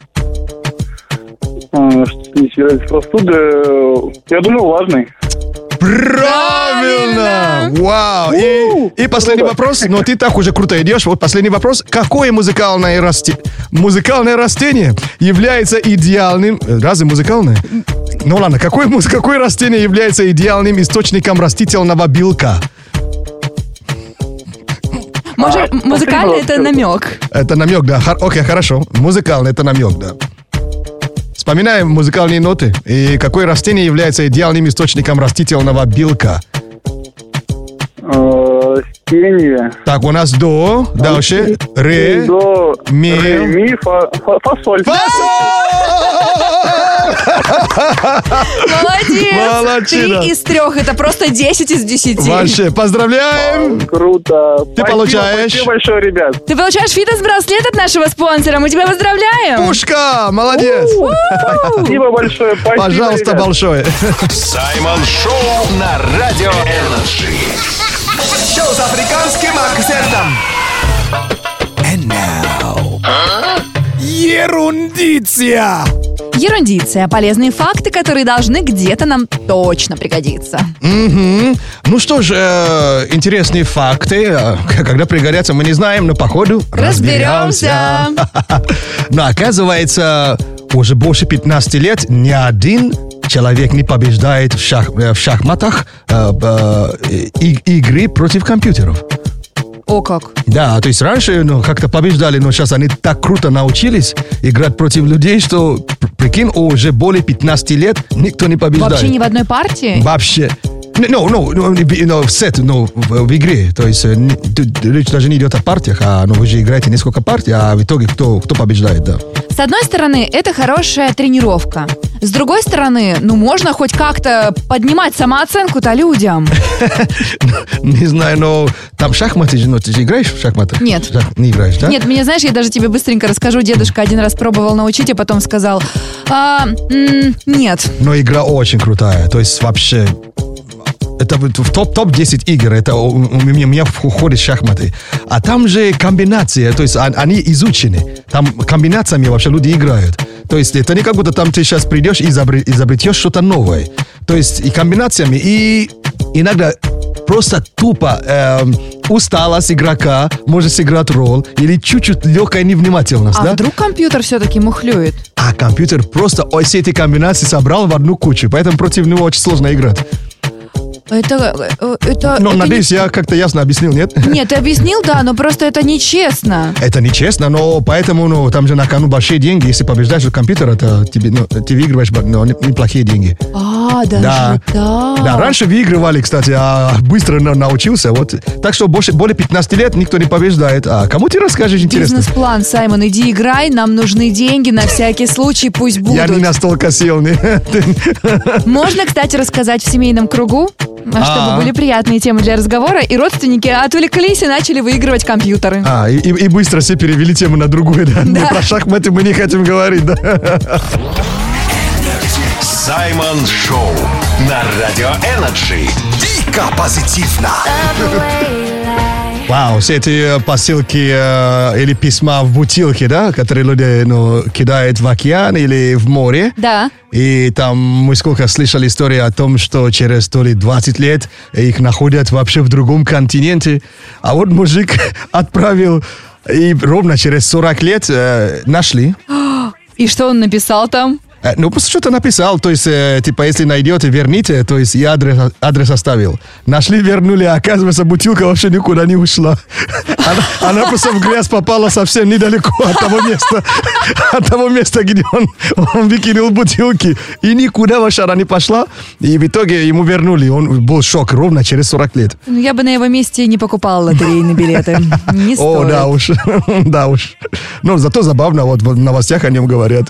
Снизить вероятность простуды, я думаю, влажный. Правильно! Вау! И последний вопрос, но ты так уже круто идешь. Вот последний вопрос. Какое музыкальное растение является идеальным... Разве музыкальное? Ну ладно, какое растение является идеальным источником растительного белка? Может, музыкальный это намек? Это намек, да. Окей, хорошо. Музыкальный это намек, да. Вспоминаем музыкальные ноты. И какое растение является идеальным источником растительного белка? Растение. Так, у нас до, дальше, ре, До, ми, фасоль. Молодец! Молодчина. 3 из 3. Это просто 10 из 10. Вообще, поздравляем! Круто. Ты получаешь? Спасибо большое, ребят. Ты получаешь фитнес-браслет от нашего спонсора. Мы тебя поздравляем! Пушка! Молодец! Спасибо большое. Спасибо, Пожалуйста, ребят. большое. Саймон Шоу на Радио Энерджи. Шоу с африканским акцентом. And now. Ерундиция. Ерундиция. Полезные факты, которые должны где-то нам точно пригодиться. Ну что ж, интересные факты. Когда пригодятся, мы не знаем, но походу разберемся. Но оказывается, уже больше 15 лет ни один человек не побеждает в шахматах игры против компьютеров. О как. Да, то есть раньше как-то побеждали, но сейчас они так круто научились играть против людей, что, прикинь, уже более 15 лет никто не побеждает. Вообще ни в одной партии? Вообще. В сет, в игре. То есть речь даже не идет о партиях, а вы же играете несколько партий, а в итоге кто побеждает, да. С одной стороны, это хорошая тренировка. С другой стороны, можно хоть как-то поднимать самооценку-то людям. Не знаю, но там шахматы, ты же играешь в шахматы? Нет. Не играешь, да? Нет, меня, знаешь, я даже тебе быстренько расскажу. Дедушка один раз пробовал научить, а потом сказал, нет. Но игра очень крутая, то есть вообще это в топ-10 игр, это у меня входит шахматы. А там же комбинация, то есть они изучены. Там комбинациями вообще люди играют. То есть это не как будто там ты сейчас придешь и изобретешь что-то новое. То есть и комбинациями, и иногда просто тупо усталость игрока может сыграть роль, или чуть-чуть легкая невнимательность. А да? вдруг компьютер все-таки мухлюет? А компьютер просто все эти комбинации собрал в одну кучу, поэтому против него очень сложно играть. Но, надеюсь, я как-то ясно объяснил, нет? Нет, ты объяснил, да, но просто это нечестно. Это нечестно, но поэтому там же на кону большие деньги. Если побеждаешь компьютер, это ты выигрываешь неплохие деньги. Даже так. Да, раньше выигрывали, кстати, а быстро научился. Вот. Так что более 15 лет никто не побеждает. А кому ты расскажешь, интересно? Бизнес-план, Саймон, иди играй, нам нужны деньги на всякий случай, пусть будут. Я не настолько сильный. Можно, кстати, рассказать в семейном кругу, чтобы были приятные темы для разговора, и родственники отвлеклись и начали выигрывать компьютеры. И быстро все перевели тему на другую, да? Да. Про шахматы мы не хотим говорить, да? Саймон Шоу на Радио Энерджи. Дико позитивно. Вау, все эти посылки или письма в бутылке, да, которые люди кидают в океан или в море. Да. И там мы сколько слышали истории о том, что через то ли 20 лет их находят вообще в другом континенте. А вот мужик отправил, и ровно через 40 лет нашли. И что он написал там? Просто что-то написал, то есть, если найдете, верните, то есть, я адрес оставил. Нашли, вернули, а оказывается, бутылка вообще никуда не ушла. Она просто в грязь попала совсем недалеко от того места, где он выкинул бутылки. И никуда вообще она не пошла. И в итоге ему вернули. Он был в шоке ровно через 40 лет. Я бы на его месте не покупала лотерейные билеты. Не стоит. О, да уж, да уж. Но зато забавно, вот в новостях о нем говорят.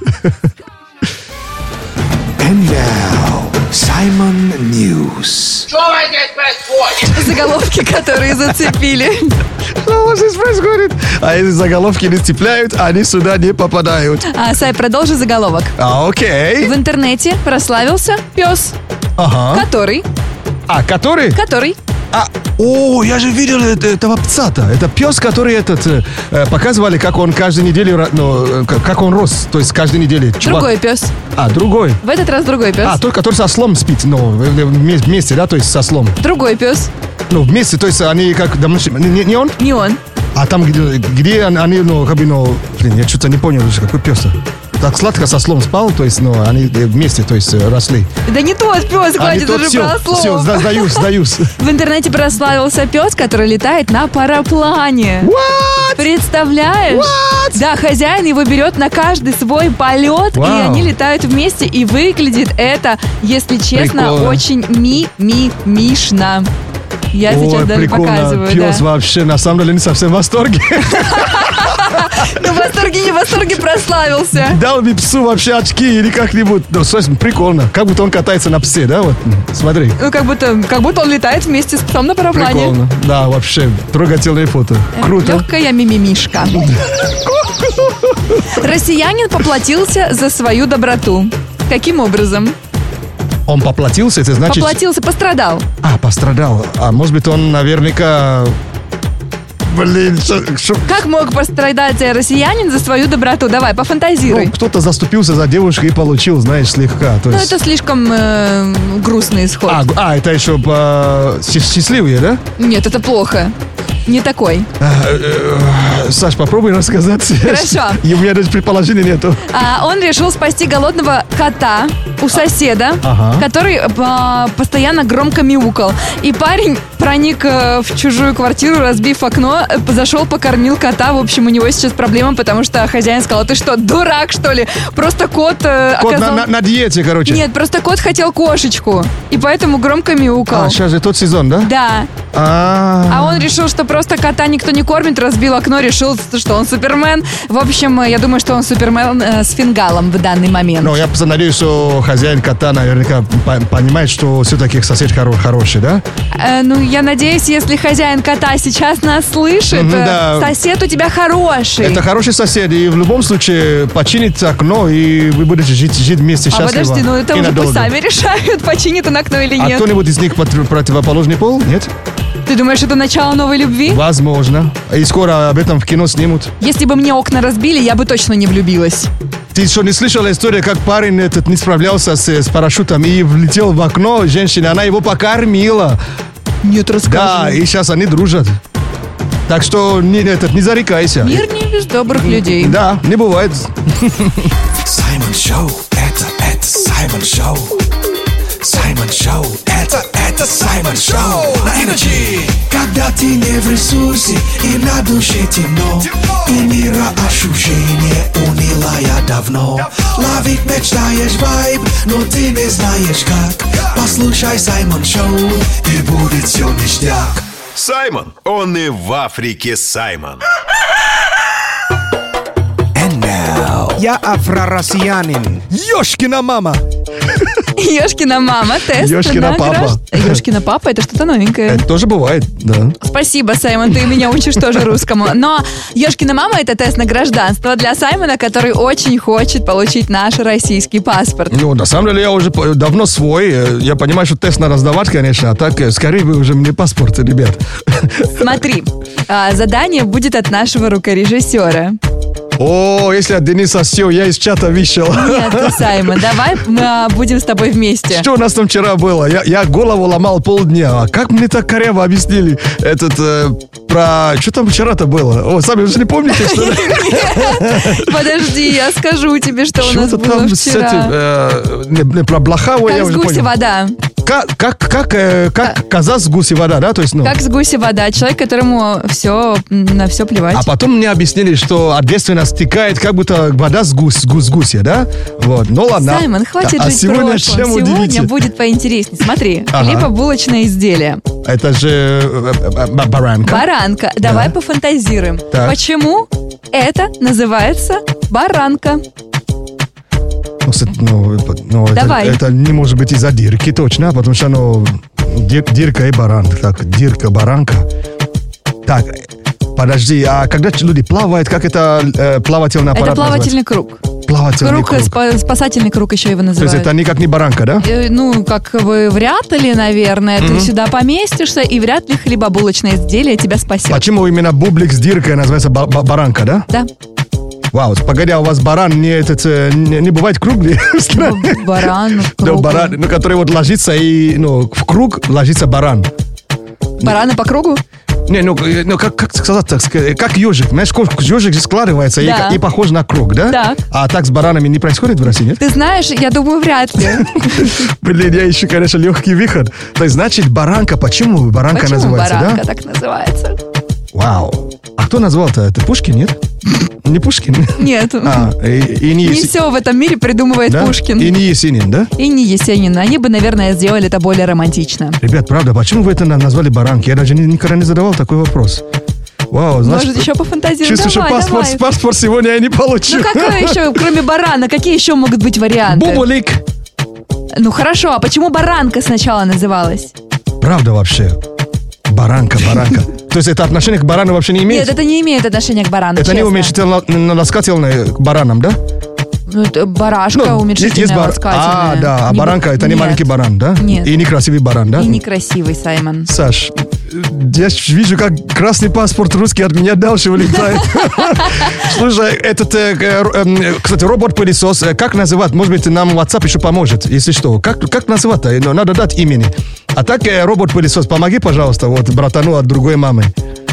And now, Simon News. Заголовки, которые зацепили. Что у вас здесь происходит? А если заголовки не цепляют, они сюда не попадают. Сай, продолжи заголовок. Окей. В интернете прославился пес. Ага. Который? Который? Я же видел этого пса-то. Это пес, который показывали, как он каждую неделю, как он рос. То есть каждой неделе. Другой пес. Другой. В этот раз другой пес. Тот, который со слом спит, вместе, да, то есть со слом. Другой пес. Вместе, то есть они как домашние. Не он? Не он. А там, где они, я что-то не понял уже, какой пес-то. Так сладко со слом спал, то есть, они вместе, то есть, росли. Да не тот пес, хватит уже про слов. Все, сдаюсь. В интернете прославился пес, который летает на параплане. What? Представляешь? What? Да, хозяин его берет на каждый свой полет, и они летают вместе, и выглядит это, если честно, Прикольно. очень мимишно. Я сейчас даже прикольно. показываю. Пес вообще, на самом деле, не совсем в восторге. Ну, в восторге прославился. Дал бы псу вообще очки или как-нибудь. Прикольно. Как будто он катается на псе, да? Вот, смотри. Ну, как будто он летает вместе с псом на параплане. Прикольно. Да, вообще, трогательное фото. Круто. Легкая мимимишка. Россиянин поплатился за свою доброту. Каким образом? Он поплатился, это значит... Пострадал. Пострадал. Может быть, он наверняка... Как мог пострадать россиянин за свою доброту? Давай, пофантазируй. Кто-то заступился за девушку и получил, знаешь, слегка. То есть... это слишком грустный исход. Это еще счастливые, да? Нет, это плохо. Не такой. Саш, попробуй рассказать. Хорошо. И у меня даже предположения нету. Он решил спасти голодного кота у соседа, который постоянно громко мяукал. И парень проник в чужую квартиру, разбив окно, зашел, покормил кота. В общем, у него сейчас проблема, потому что хозяин сказал: ты что, дурак, что ли? Просто кот оказался... на диете, короче. Нет, просто кот хотел кошечку. И поэтому громко мяукал. Сейчас же тот сезон, да? Да. А он решил, что просто кота никто не кормит, разбил окно, решил, что он Супермен. В общем, я думаю, что он Супермен с фингалом в данный момент. Но я просто надеюсь, что хозяин кота наверняка понимает, что все-таки сосед хороший, да? Ну, я надеюсь, если хозяин кота сейчас нас слышит, да. Сосед у тебя хороший. Это хороший сосед, и в любом случае починит окно, и вы будете жить вместе счастливо. Подожди, ну это уже пусть сами решают, починит он окно или нет. А кто-нибудь из них противоположный пол? Нет? Ты думаешь, это начало новой любви? Возможно. И скоро об этом в кино снимут. Если бы мне окна разбили, я бы точно не влюбилась. Ты что, не слышала историю, как парень этот не справлялся с парашютом и влетел в окно женщины, она его покормила. Нет, расскажи. Да, и сейчас они дружат. Так что не зарекайся. Мир не без добрых людей. Да, не бывает. Саймон Шоу, это Саймон Шоу. Саймон Шоу, это Саймон Шоу на Energy. Когда ты не в ресурсе и на душе темно, и мира ощущение унылая давно. Ловить мечтаешь вайб, но ты не знаешь как. Послушай Саймон Шоу, и будет все ништяк. Саймон, он и в Африке Саймон. And now, Я афро-россиянин. Ёшкина мама. Ёшкина мама, тест. Ёшкина папа. Ёшкина папа, это что-то новенькое. Это тоже бывает, да. Спасибо, Саймон, ты меня учишь тоже русскому. Но Ёшкина мама — это тест на гражданство для Саймона, который очень хочет получить наш российский паспорт. Ну, на самом деле, я уже давно свой. Я понимаю, что тест надо сдавать, конечно, а так, скорее бы уже мне паспорт, ребят. Смотри, задание будет от нашего рукорежиссера. О, если от Дениса все, я из чата вышел. Нет, Саймон, давай мы будем с тобой вместе. Что у нас там вчера было? Я голову ломал полдня. А как мне так коряво объяснили про... Что там вчера-то было? О, сами уже не помните, что ли? Подожди, я скажу тебе, что у нас Что-то было там вчера. про Блахаву я Как с уже гуся понял. вода. Как коза с гуси вода, да? То есть, ну... Как с гуся вода. Человек, которому на все плевать. А потом мне объяснили, что ответственно стекает как будто вода с гуся, да? Вот, ну ладно. Саймон, хватит а жить сегодня прошлым. чем Сегодня удивите? будет поинтереснее. Смотри, Ага. хлебобулочное изделие. Это же баранка. Баранка. Давай пофантазируем. Так. Почему это называется баранка? Давай. Это не может быть из-за дырки, точно, потому что оно дырка и баранка. Так, дырка, баранка. Так, подожди, а когда люди плавают, как это плавательный аппарат Это плавательный круг. Плавательный круг. Спасательный круг еще его То есть называют. это никак не баранка, да? Ну, как бы вряд ли, наверное, ты сюда поместишься, и вряд ли хлебобулочное изделие тебя спасет. Почему именно бублик с дыркой называется баранка, да? Да. Вау, погоди, а у вас баран не бывает круглый? Баран. Да, баран, ну, который вот ложится и, ну, в круг ложится баран. Бараны по кругу? Не, ну как сказать, так сказать, как ежик. Знаешь, ежик складывается Да. и похож на круг, да? Так. А так с баранами не происходит в России, нет? Ты знаешь, я думаю, вряд ли. Блин, я ищу, конечно, легкий выход. То есть, значит, баранка, почему баранка Почему называется, баранка да? так называется? Вау. А кто назвал-то? Это Пушкин, нет? Не Пушкин? Нет. И Не Есенин, все в этом мире придумывает да? Пушкин. И не Есенин, да? И не Есенин. Они бы, наверное, сделали это более романтично. Ребят, правда, почему вы это назвали баранки? Я даже никогда не задавал такой вопрос. Вау, значит, Может, еще пофантазируем? чувствую, что Давай. паспорт сегодня я не получу. Ну, какой еще, кроме барана, какие еще могут быть варианты? Бублик. Ну, хорошо, а почему баранка сначала называлась? Правда вообще? Баранка. То есть это отношение к барану вообще не имеет? Нет, это не имеет отношения к барану, Это не честно. уменьшительно к баранам, да? Ну, это барашка, уменьшительное ласкательное. А, да, а баранка это не нет. маленький баран, да? Нет. И некрасивый баран, да? И некрасивый, Саймон. Саш, я вижу, как красный паспорт русский от меня дальше вылетает. Слушай, кстати, робот-пылесос, как называть? Может быть, нам WhatsApp еще поможет, если что. Как называть-то? Надо дать имени. А так, робот-пылесос, помоги, пожалуйста, вот братану от другой мамы.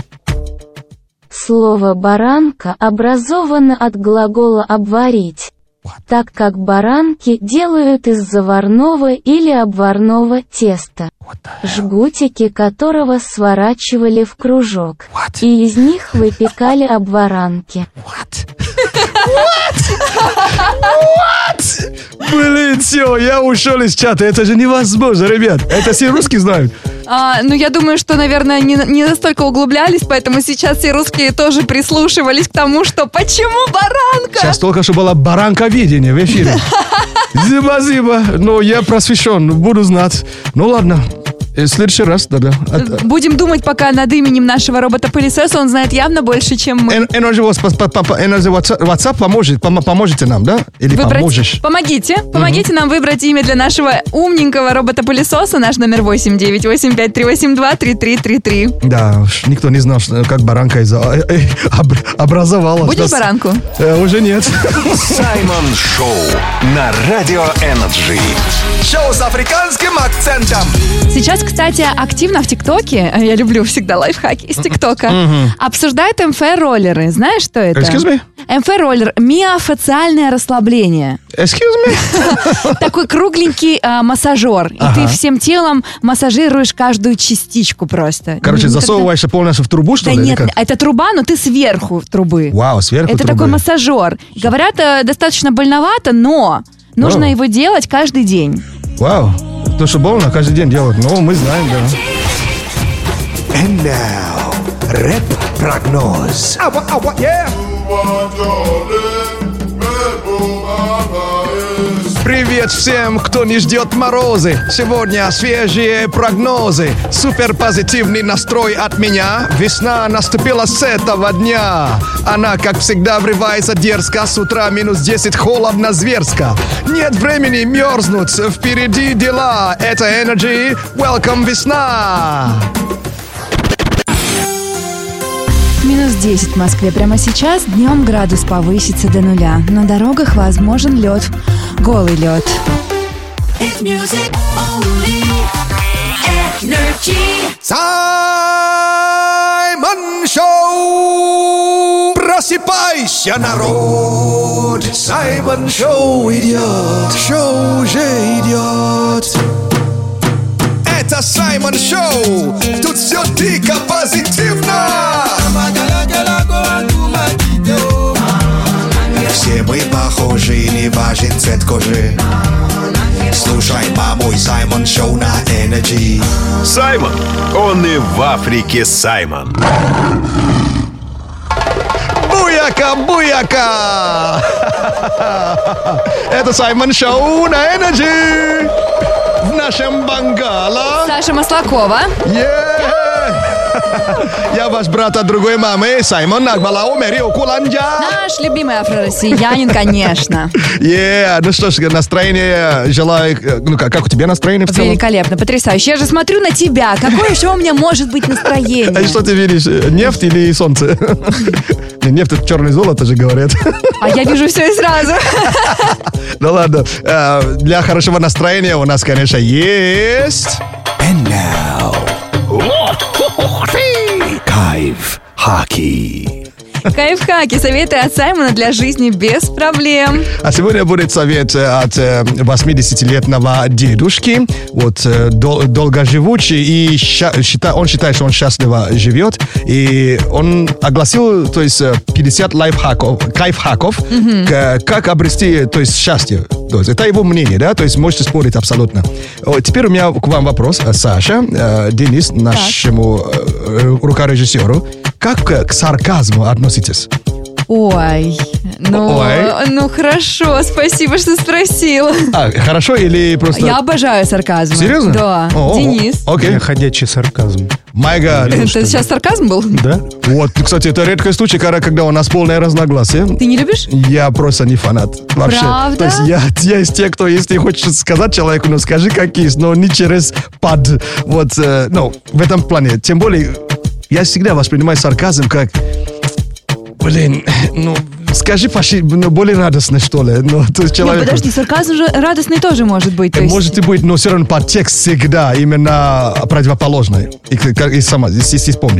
Слово «баранка» образовано от глагола «обварить», так как баранки делают из заварного или обварного теста, жгутики которого сворачивали в кружок, и из них выпекали обваранки. What? Блин, все, я ушел из чата. Это же невозможно, ребят. Это все русские знают. Ну, я думаю, что, наверное, не настолько углублялись, поэтому сейчас все русские тоже прислушивались к тому, что почему баранка? Сейчас только что было баранковедение в эфире. Спасибо. Но я просвещен, буду знать. Ну, ладно. В следующий раз, да. Будем думать пока над именем нашего робота-пылесоса. Он знает явно больше, чем мы. Energy WhatsApp поможете нам, да? Или поможешь? Помогите нам выбрать имя для нашего умненького робота-пылесоса. Наш номер 89853823333. Да, никто не знал, как баранка образовалась. Будешь баранку? Уже нет. Саймон Шоу на Радио Energy. Шоу с африканским акцентом. Сейчас, кстати, активно в ТикТоке, я люблю всегда лайфхаки из ТикТока, обсуждают МФ-роллеры. Знаешь, что это? Excuse me? МФ-роллер – миофациальное расслабление. Excuse me? Такой кругленький массажер. И ты всем телом массажируешь каждую частичку просто. Короче, засовываешься полностью в трубу, что ли? Да нет, это труба, но ты сверху трубы. Вау, сверху трубы. Это такой массажер. Говорят, достаточно больновато, но нужно его делать каждый день. Вау. То, что больно, каждый день делать. Ну, мы знаем, да. And now, рэп-прогноз. Привет всем, кто не ждет морозы. Сегодня свежие прогнозы. Супер позитивный настрой от меня. Весна наступила с этого дня. Она, как всегда, врывается дерзко. С утра -10, холодно зверско. Нет времени мерзнуть, впереди дела. Это Energy. Welcome, весна! -10 в Москве прямо сейчас. Днем градус повысится до 0. На дорогах возможен лед. Голый лед. Саймон Шоу! Просыпайся, народ! Саймон Шоу идет! Шоу уже идет! Это Саймон Шоу! Тут все дико позитивно! Все мы похожи, не важен цвет кожи. Слушай, мамой, Саймон Шоу на Energy. Саймон, он и в Африке Саймон. Буяка, буяка! Это Саймон Шоу на Energy! В нашем бангало. Саша Маслакова. Я ваш брат от другой мамы, Саймон Нагбалау Мерио Куланджа. Наш любимый афро-россиянин, конечно. Ну что ж, настроение желаю... Ну как у тебя настроение в целом? Великолепно, потрясающе. Я же смотрю на тебя. Какое еще у меня может быть настроение? А что ты видишь? Нефть или солнце? Нефть — это черное золото же говорят. А я вижу все и сразу. Ну ладно. Для хорошего настроения у нас, конечно, есть... And now... Кайф хаки. Кайфхаки, советы от Саймона для жизни без проблем. А сегодня будет совет от 80-летнего дедушки. Вот долгоживучий, и он считает, что он счастливо живет. И он огласил, то есть, 50 кайфхаков, как обрести, то есть, счастье. То есть, это его мнение, да? То есть можете спорить абсолютно. Теперь у меня к вам вопрос, Саша, Денис, нашему рукорежиссеру. Как к сарказму относитесь? Ой, ну хорошо, спасибо, что спросил. Хорошо или просто... Я обожаю сарказм. Серьезно? Да. Денис? Окей. Ходячий сарказм. Это сейчас сарказм был? Да. Вот, кстати, это редкий случай, когда у нас полное разногласие. Ты не любишь? Я просто не фанат. Вообще. Правда? То есть я из тех, кто, если хочешь сказать человеку, ну скажи как есть, но не через под. Вот, в этом плане. Тем более, я всегда воспринимаю сарказм как... Блин, скажи почти более радостно, что ли. То есть человек... Нет, подожди, сарказм же радостный тоже может быть. Может и быть, но все равно подтекст всегда именно противоположный. И сама, если помнишь.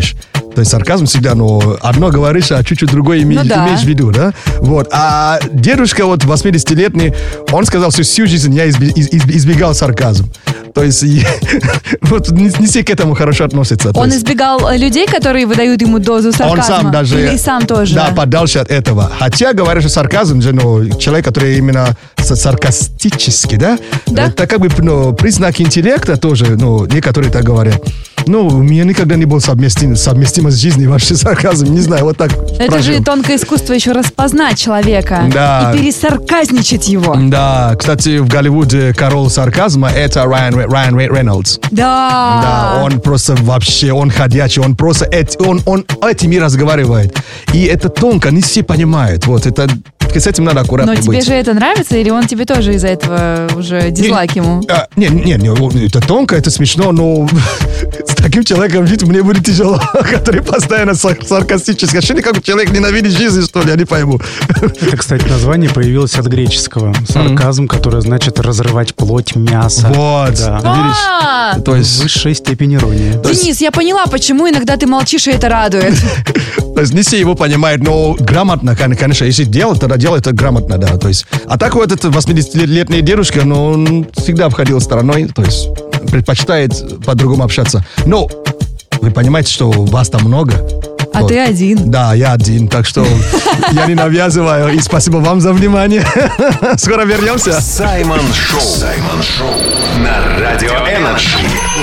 То есть сарказм всегда, но одно говоришь, а чуть-чуть другое имеешь в виду, да? Вот. А дедушка вот 80-летний, он сказал, что всю жизнь я избегал сарказм. То есть вот не все к этому хорошо относятся. Он избегал людей, которые выдают ему дозу сарказма? Он сам даже... Или сам тоже? Да, подальше от этого. Хотя говорят, что сарказм же, человек, который именно саркастический, да? Да. Это как бы признак интеллекта тоже, некоторые так говорят. У меня никогда не был совместимо с жизнью вообще сарказм. Не знаю, вот так. Это же тонкое искусство еще распознать человека. Да. И пересарказничать его. Да, кстати, в Голливуде король сарказма это Райан Рейнольдс. Да. Он просто вообще, он ходячий, он просто он этими разговаривает. И это тонко, не все понимают. Вот это с этим надо аккуратно быть. Но тебе же это нравится, или он тебе тоже из-за этого уже дизлайк ему? Не, это тонко, это смешно, но с таким человеком жить мне будет тяжело, который постоянно саркастический. Вообще никак человек ненавидит жизнь, что ли, я не пойму. Это, кстати, название появилось от греческого. Сарказм, который значит разрывать плоть, мясо. Вот, да. видишь? То есть высшая степень иронии. Денис, я поняла, почему иногда ты молчишь, и это радует. То есть не все его понимают, но грамотно, конечно, если делать, тогда делать это грамотно, да. То есть, а так вот этот 80-летний дедушка, он всегда обходил стороной, то есть предпочитает по-другому общаться. Но вы понимаете, что вас там много. А ты один. Да, я один, так что я не навязываю. И спасибо вам за внимание. Скоро вернемся. Саймон Шоу на Радио Энерджи.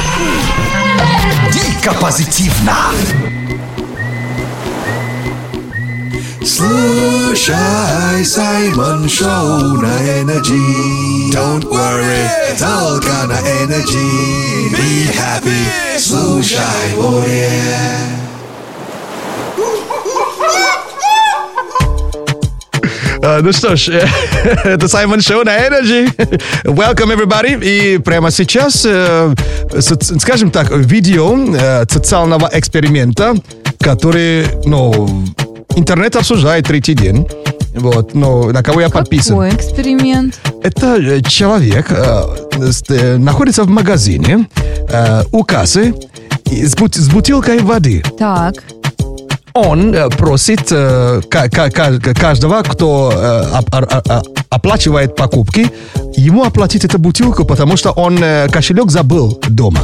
Дико позитивно. Слушай Саймон Шоу на Энерджи. Don't worry, только на Энерджи. Be happy, слушай, Ну что ж, это Саймон Шоу на Energy. Welcome everybody. И прямо сейчас, скажем так, видео социального эксперимента, который, интернет обсуждает третий день. Вот, на кого я подписан. Какой эксперимент? Это человек находится в магазине у кассы с бутылкой воды. Так. Он просит каждого, кто оплачивает покупки, ему оплатить эту бутылку, потому что он кошелек забыл дома.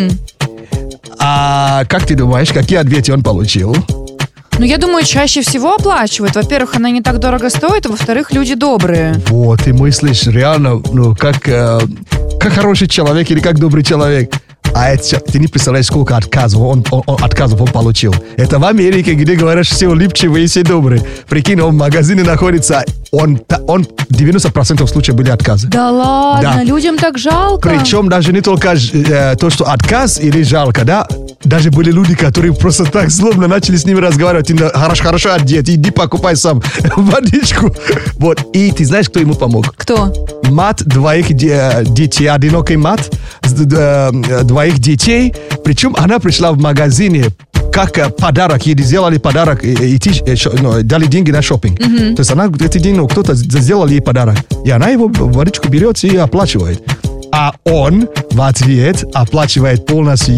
А как ты думаешь, какие ответы он получил? Я думаю, чаще всего оплачивают. Во-первых, она не так дорого стоит, а во-вторых, люди добрые. Вот, ты мыслишь реально, как хороший человек или как добрый человек. А это, ты не представляешь, сколько отказов он получил. Это в Америке, где говорят, что все улыбчивые и все добрые. Прикинь, он в магазине находится, он 90% случаев были отказы. Да ладно, да. Людям так жалко. Причем даже не только то, что отказ или жалко, да, даже были люди, которые просто так злобно начали с ними разговаривать. Ты хорошо одет, иди покупай сам водичку. Вот, и ты знаешь, кто ему помог? Кто? Мать двоих детей, одинокий мать, двоих детей. Причем она пришла в магазине как подарок, ей сделали подарок, дали деньги на шопинг. То есть она эти деньги, кто-то сделал ей подарок. И она его водичку берет и оплачивает. А он в ответ оплачивает полностью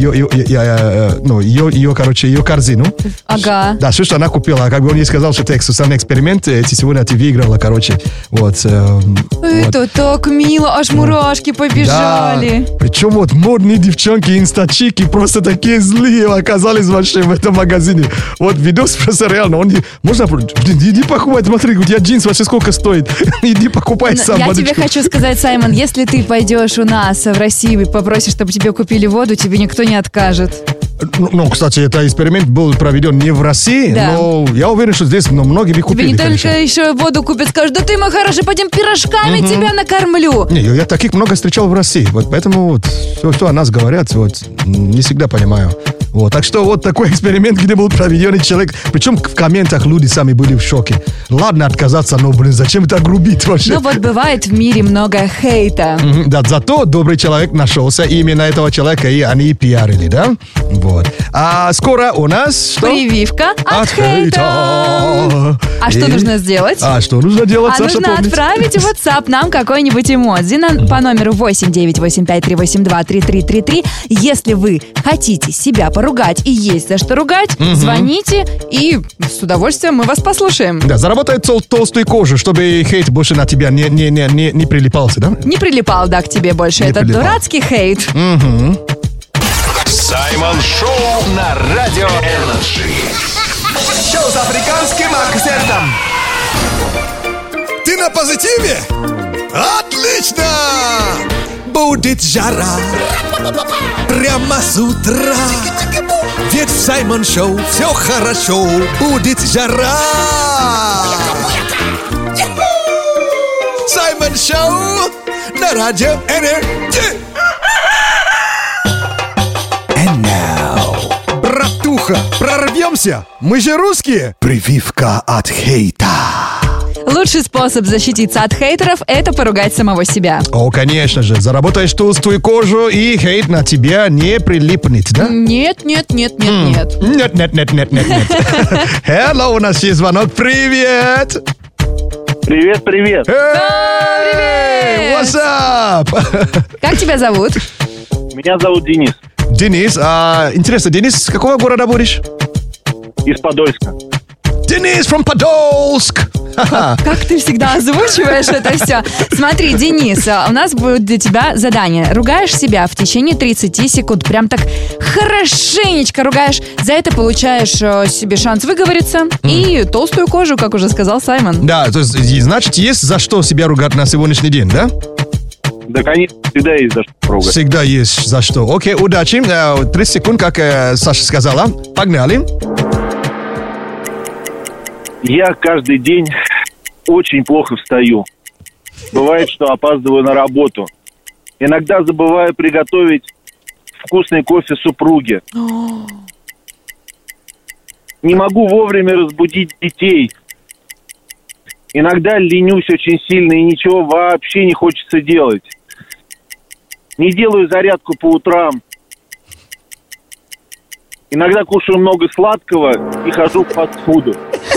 ее корзину. Ага. Да, все, что она купила. Как бы он ей сказал, что это социальный эксперимент, сегодня ты выиграла, Вот. Это так мило, аж мурашки побежали. Да. Причем вот модные девчонки, инстачики, просто такие злые оказались вообще в этом магазине. Вот видос просто реально. Можно, иди покупай, смотри, у тебя джинс вообще сколько стоит. Иди покупай сам. Я тебе хочу сказать, Саймон, если ты пойдешь у нас в России и попросишь, чтобы тебе купили воду, тебе никто не откажет. Кстати, этот эксперимент был проведен не в России, да. Но я уверен, что здесь многие бы купили. Тебе не конечно. только еще воду купят, скажут, да ты, мой хороший, пойдем пирожками тебя накормлю. Не, я таких много встречал в России, вот поэтому все, что о нас говорят, не всегда понимаю. Вот, так что вот такой эксперимент, где был проведен человек, причем в комментах люди сами были в шоке. Ладно отказаться, но, зачем это грубить вообще? Ну вот бывает в мире много хейта. Да, зато добрый человек нашелся, именно этого человека и они пиарили, да? Вот. А скоро у нас что? Прививка от хейта. А что нужно сделать? А что нужно делать, Саша, нужно помнит? отправить в WhatsApp нам какой-нибудь эмодзи по номеру 89853823333. Если вы хотите себя поругать и есть за что ругать, звоните, и с удовольствием мы вас послушаем. Да, заработай толстую кожу, чтобы хейт больше на тебя не прилипался, да? Не прилипал, да, к тебе больше этот дурацкий хейт. Саймон Шоу на Радио Энерджи. Шоу с африканским акцентом. Ты на позитиве? Отлично! Будет жара прямо с утра. Ведь в Саймон Шоу все хорошо. Будет жара. Саймон Шоу на Радио Энерджи. And now. Братуха, прорвемся? Мы же русские. Прививка от хейта. Лучший способ защититься от хейтеров – это поругать самого себя. О, конечно же. Заработаешь толстую кожу, и хейт на тебя не прилипнет, да? Нет. Нет. Hello, у нас есть звонок. Привет! Привет. Привет! What's up? Как тебя зовут? Меня зовут Денис. Денис, интересно, Денис, с какого города будешь? Из Подольска. Денис from Подольск! Как ты всегда озвучиваешь это все. Смотри, Денис, у нас будет для тебя задание. Ругаешь себя в течение 30 секунд. Прям так хорошенечко ругаешь. За это получаешь себе шанс выговориться и толстую кожу, как уже сказал Саймон. Да, то есть, значит, есть за что себя ругать на сегодняшний день, да? Да, конечно, всегда есть за что ругать. Всегда есть за что. Окей, удачи. 30 секунд, как Саша сказала. Погнали. Я каждый день очень плохо встаю. Бывает, что опаздываю на работу. Иногда забываю приготовить вкусный кофе супруге. Не могу вовремя разбудить детей. Иногда ленюсь очень сильно и ничего вообще не хочется делать. Не делаю зарядку по утрам. Иногда кушаю много сладкого и хожу к фастфуду.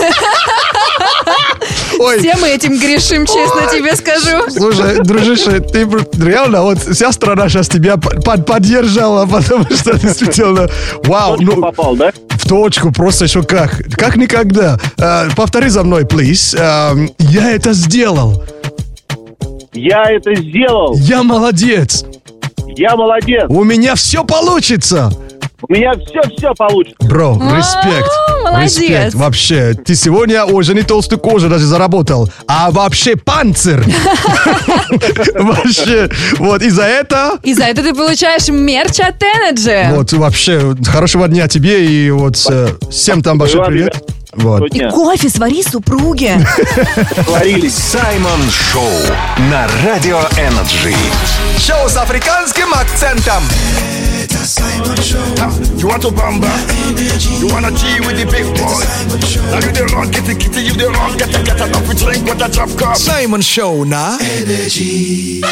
Ой. Все мы этим грешим, честно тебе скажу. Слушай, дружище, ты реально, вот вся страна сейчас тебя поддержала, потому что действительно, вау. В точку попал, да? В точку, просто еще как никогда. Повтори за мной, please. Я это сделал. Я это сделал. Я молодец. Я молодец. У меня все получится. У меня все получится. Бро, респект. Молодец. Респект, вообще. Ты сегодня уже не толстую кожу даже заработал, а вообще панцирь. Вообще. Вот, и за это... И за это ты получаешь мерч от Energy. Вот, вообще, хорошего дня тебе и вот всем там большой привет. Вот. И кофе свари супруге. Саймон Шоу на Радио Энерджи. Шоу с африканским акцентом. Это Саймон Шоу. You want to bamba? You wanna G with the big boys? Now you the wrong, get you the wrong, get enough to drink with a drop cup. Саймон Шоу на Energy.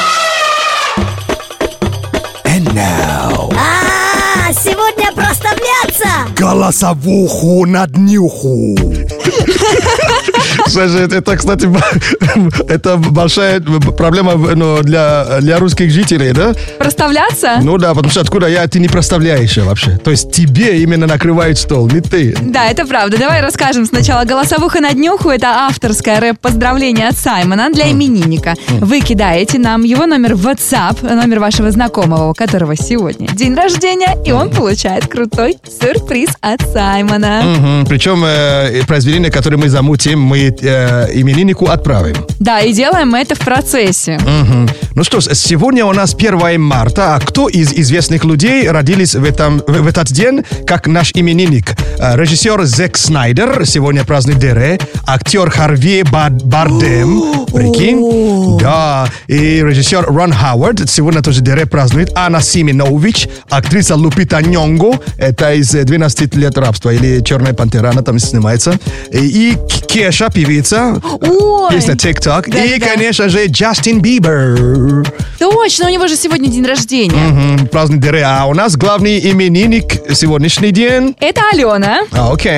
And now. Сегодня проставляться! Голосовуху на днюху. Слушай, это, кстати, это большая проблема для русских жителей, да? Проставляться? Ну да, потому что откуда ты не проставляешь вообще. То есть тебе именно накрывают стол, не ты. Да, это правда. Давай расскажем сначала. Голосовуха на днюху — это авторское рэп-поздравление от Саймона для именинника. Вы кидаете нам его номер в WhatsApp, номер вашего знакомого, у которого сегодня день рождения, и он получает крутой сюрприз от Саймона. Причем произведение, которое мы замутим, мы имениннику отправим. Да, и делаем мы это в процессе. Ну что ж, сегодня у нас 1 марта. А кто из известных людей родились в этот день, как наш именинник? Режиссер Зек Снайдер сегодня празднует Дере. Актер Харви Бардем. Прикинь? Да. И режиссер Рон Хауард сегодня тоже Дере празднует. Анна Симинович. Актриса Лупита Ньонго. Это из 12 лет рабства. Или Черная пантера. Она там снимается. И Кеша, певица. Песня TikTok. Да, и, да. конечно же, Джастин Бибер. Точно, у него же сегодня день рождения. Праздник Дере. А у нас главный именинник сегодняшний день. Это Алена. Окей.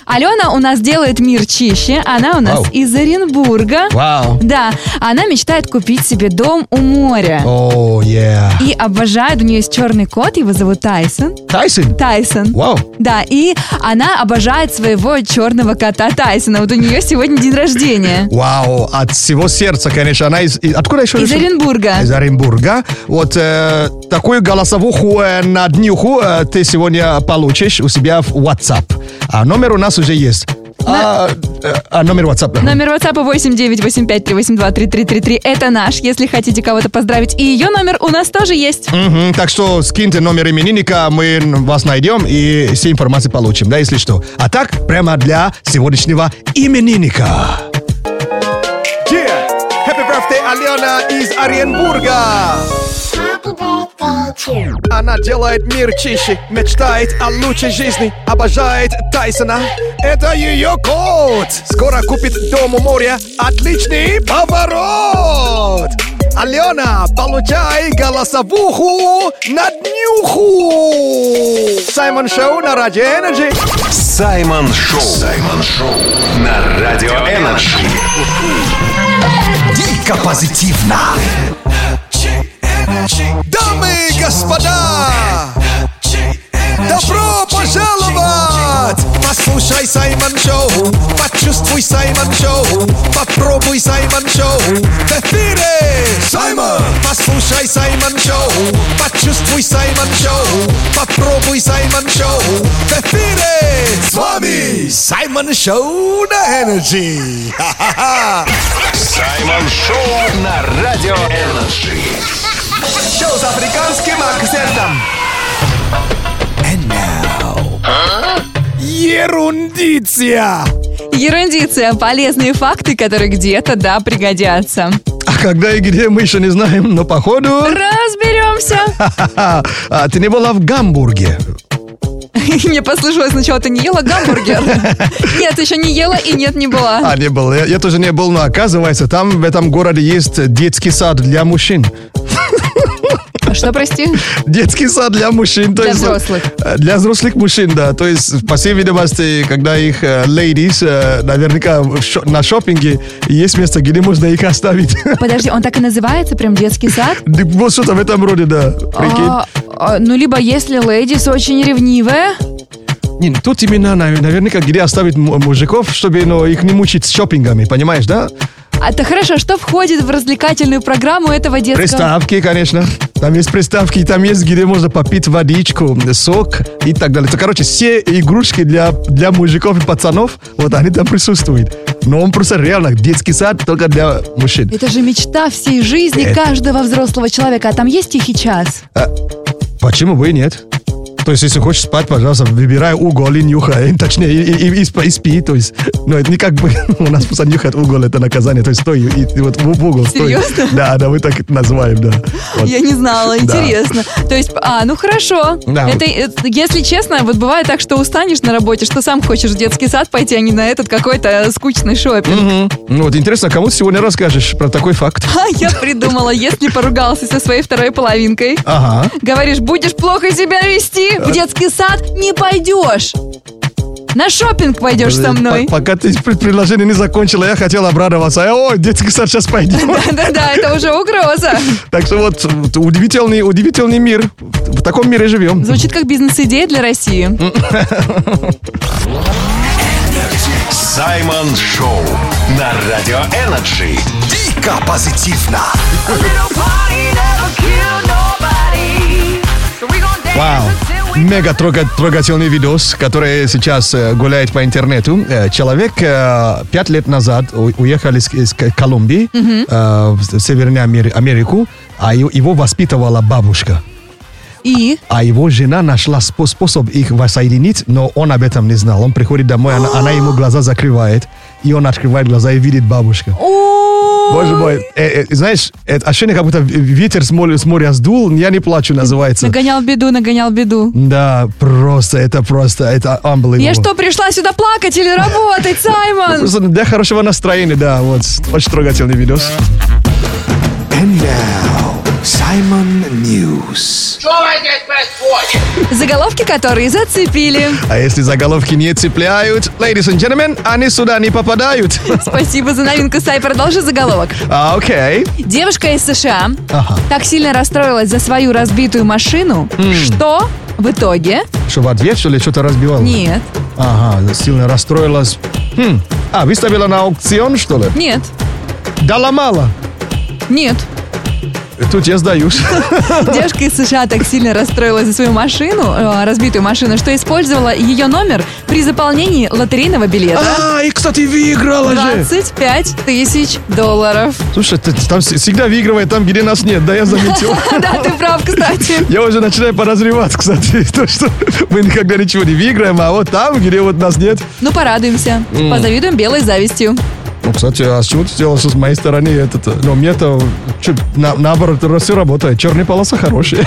Алена у нас делает мир чище. Она у нас из Оренбурга. Вау. Да, она мечтает купить себе дом у моря. О, И обожает, у нее есть черный кот, его зовут Тайсон. Тайсон. Вау. Да, и она обожает своего черного кота Тайсона. Вот у нее сегодня день рождения. Вау, от всего сердца, конечно. Она откуда еще? Из Оренбурга. Из Оренбурга. Вот такую голосовуху на днюху ты сегодня получишь у себя в WhatsApp. А номер у нас уже есть. Номер WhatsApp. Номер WhatsApp 89853823333. Это наш, если хотите кого-то поздравить. И ее номер у нас тоже есть. Так что скиньте номер именинника, мы вас найдем и все информации получим, да, если что. А так, прямо для сегодняшнего именинника. Happy birthday, Алена из Оренбурга! Она делает мир чище, мечтает о лучшей жизни, обожает Тайсона. Это ее кот! Скоро купит дом у моря. Отличный поворот! Алена, получай голосовуху на днюху! Саймон Шоу на Радио Энерджи. Саймон Шоу на Радио Энерджи. Дико позитивно! Дамы и господа, добро пожаловать! Послушай Саймон Шоу, почувствуй Саймон Шоу, попробуй Саймон Шоу в эфире! Саймон! Послушай Саймон Шоу, почувствуй Саймон Шоу, попробуй Саймон Шоу в эфире! С вами Саймон Шоу на Энерджи! Саймон Шоу на Радио Энерджи. Шоу с африканским акцентом. And now. Ерундиция. Ерундиция. Полезные факты, которые где-то, да, пригодятся. А когда и где, мы еще не знаем, но походу... Разберемся. Ты не была в Гамбурге? Мне послышалось сначала, ты не ела гамбургер? Нет, еще не ела и нет, не была. Не был. Я тоже не был, но оказывается, там в этом городе есть детский сад для мужчин. Что, прости? Детский сад для мужчин. Для взрослых. Для взрослых мужчин, да. То есть, по всей видимости, когда их ladies, наверняка на шопинге, есть место, где можно их оставить. Подожди, он так и называется, прям детский сад? Вот что-то в этом роде, да. Прикинь. Ну, либо если ladies очень ревнивая. Не, тут именно наверняка, где оставить мужиков, чтобы их не мучить с шопингами, понимаешь, да? Это хорошо. Что входит в развлекательную программу этого детского? Приставки, конечно. Там есть приставки, там есть, где можно попить водичку, сок и так далее. Короче, все игрушки для мужиков и пацанов, вот они там присутствуют. Но он просто реально детский сад только для мужчин. Это же мечта всей жизни каждого взрослого человека. А там есть тихий час? Почему бы и нет? То есть, если хочешь спать, пожалуйста, выбирай угол и нюхай. Точнее, и спи. То есть, ну, это не как бы у нас просто нюхать угол, это наказание. То есть, стой, и вот в угол стой. Серьезно? Да, мы так это называем, да. Вот. Я не знала, интересно. Да. То есть, ну хорошо. Да. Это, если честно, вот бывает так, что устанешь на работе, что сам хочешь в детский сад пойти, а не на этот какой-то скучный шопинг. Ну вот интересно, кому ты сегодня расскажешь про такой факт? Я придумала, если поругался со своей второй половинкой, говоришь, будешь плохо себя вести, в детский сад не пойдешь. На шопинг пойдешь со мной. Пока ты предложение не закончила, я хотел обрадоваться. О, детский сад сейчас пойдем. Да, это уже угроза. Так что вот удивительный мир. В таком мире живем. Звучит как бизнес-идея для России. Саймон Шоу на Радио Энерджи. Дико позитивно. Вау. Мега трогательный видос, который сейчас гуляет по интернету. Человек 5 лет назад уехал из Колумбии в Северную Америку, а его воспитывала бабушка. А его жена нашла способ их воссоединить, но он об этом не знал. Он приходит домой, она ему глаза закрывает, и он открывает глаза и видит бабушку. Боже мой, знаешь, это ощущение, как будто ветер с моря сдул, я не плачу, называется. Нагонял беду. Да, это unbelievable. Я что, пришла сюда плакать или работать, Саймон? Просто для хорошего настроения, да, вот, очень трогательный видос. And now, Саймон Ньюс. Заголовки, которые зацепили. А если заголовки не цепляют, ladies and gentlemen, они сюда не попадают. Спасибо за новинку, Сай. Продолжи заголовок. Окей. Девушка из США Ага. так сильно расстроилась за свою разбитую машину, что в итоге... Что, в ответ, что ли, что-то разбивал? Нет, Ага, сильно расстроилась. Выставила на аукцион, что ли? нет, Дала мало. нет. Тут я сдаюсь. Девушка из США так сильно расстроилась за свою машину, разбитую машину, что использовала ее номер при заполнении лотерейного билета. И, кстати, выиграла же. $25 тысяч долларов. Слушай, ты там всегда выигрывает там, где нас нет, да, я заметил. Да, ты прав, кстати. Я уже начинаю подозревать, кстати, то, что мы никогда ничего не выиграем, а вот там, где вот нас нет. Ну, порадуемся. Позавидуем белой завистью. Ну, кстати, а с чего ты сделал, что с моей стороны это-то? Ну, мне-то наоборот, все работает. Черные полосы хорошие.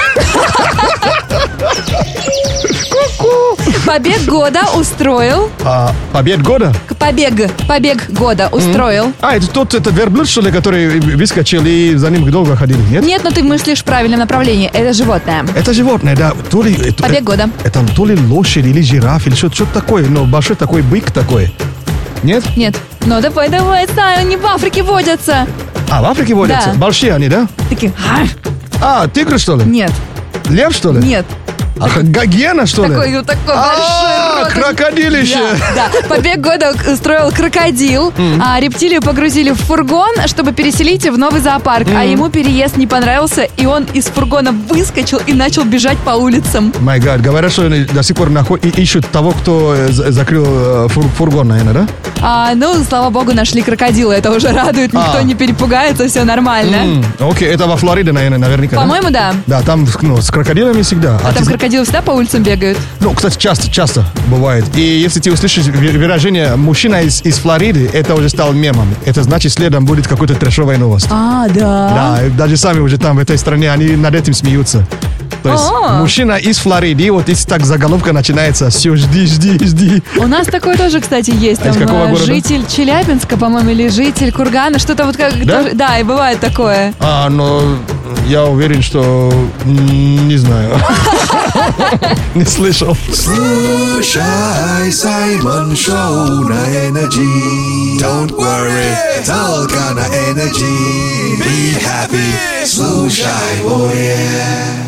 Побег года устроил. Побед года? Побег года устроил. Это тот этот верблюд, что ли, который выскочил и за ним долго ходили, нет? Нет, но ты мыслишь в правильном направлении. Это животное. Это животное, да. То ли, Побег года. Это то ли лошадь или жираф, или что-то такое, но большой такой бык такой. Нет? Нет. Ну давай, Сай, они в Африке водятся. В Африке водятся? Да. Большие они, да? Такие. Тигр, что ли? Нет. Лев, что ли? Нет. Гиена, что ли? Такой большой рот. Крокодилище. Да. Побег года устроил крокодил. Рептилию погрузили в фургон, чтобы переселить в новый зоопарк. А ему переезд не понравился, и он из фургона выскочил и начал бежать по улицам. My God, говорят, что они до сих пор ищут того, кто закрыл фургон, наверное, да? Слава богу, нашли крокодила. Это уже радует. Никто не перепугается, все нормально. Окей, это во Флориде, наверное, наверняка. По-моему, да. Да, там с крокодилами всегда. Там крокодилы всегда по улицам бегают? Ну, кстати, часто бывает. И если ты услышишь выражение «мужчина из Флориды», это уже стало мемом. Это значит, следом будет какая-то трэшовая новость. Да? Да, даже сами уже там, в этой стране, они над этим смеются. То есть, мужчина из Флориды, вот если так заголовка начинается, все, жди. У нас такое тоже, кстати, есть. Там из какого города? Житель Челябинска, по-моему, или житель Кургана, что-то вот как... Да? Тоже, да, и бывает такое. Но я уверен, что... Не знаю. Не слышал. Слушай Саймон Шоу на Energy. Don't worry, только на Energy. Be happy, слушай, oh yeah.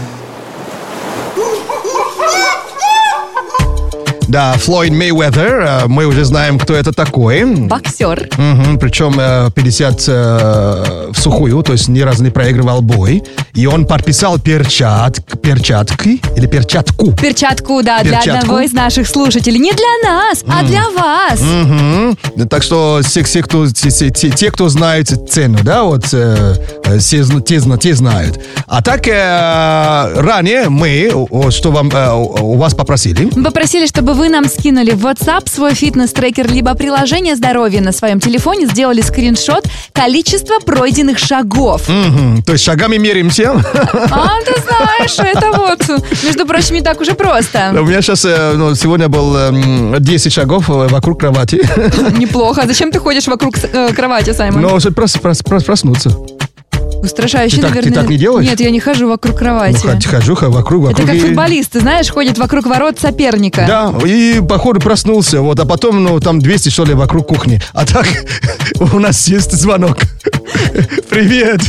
Да, Флойд Мейвезер, мы уже знаем, кто это такой. Боксер. Причем 50 в сухую, то есть ни разу не проигрывал бой. И он подписал перчатки или перчатку. Перчатку, да, для одного из наших слушателей. Не для нас, а для вас. Так что те, кто знает цену, да, вот те знают. А так ранее мы, что у вас попросили? Мы попросили, чтобы вы нам скинули в WhatsApp свой фитнес-трекер либо приложение здоровья на своем телефоне, сделали скриншот количества пройденных шагов. То есть шагами меряемся? Ты знаешь, это вот, между прочим, не так уж и просто. У меня сейчас сегодня был 10 шагов вокруг кровати. Неплохо. А зачем ты ходишь вокруг кровати, Саймон? Ну, чтобы проснуться. Устрашающе, наверное. Ты так не делаешь? Нет, я не хожу вокруг кровати. Хожу вокруг. Это как футболисты, знаешь, ходят вокруг ворот соперника. Да, и походу проснулся, вот, а потом, там 200, что ли, вокруг кухни. А так, у нас есть звонок. Привет.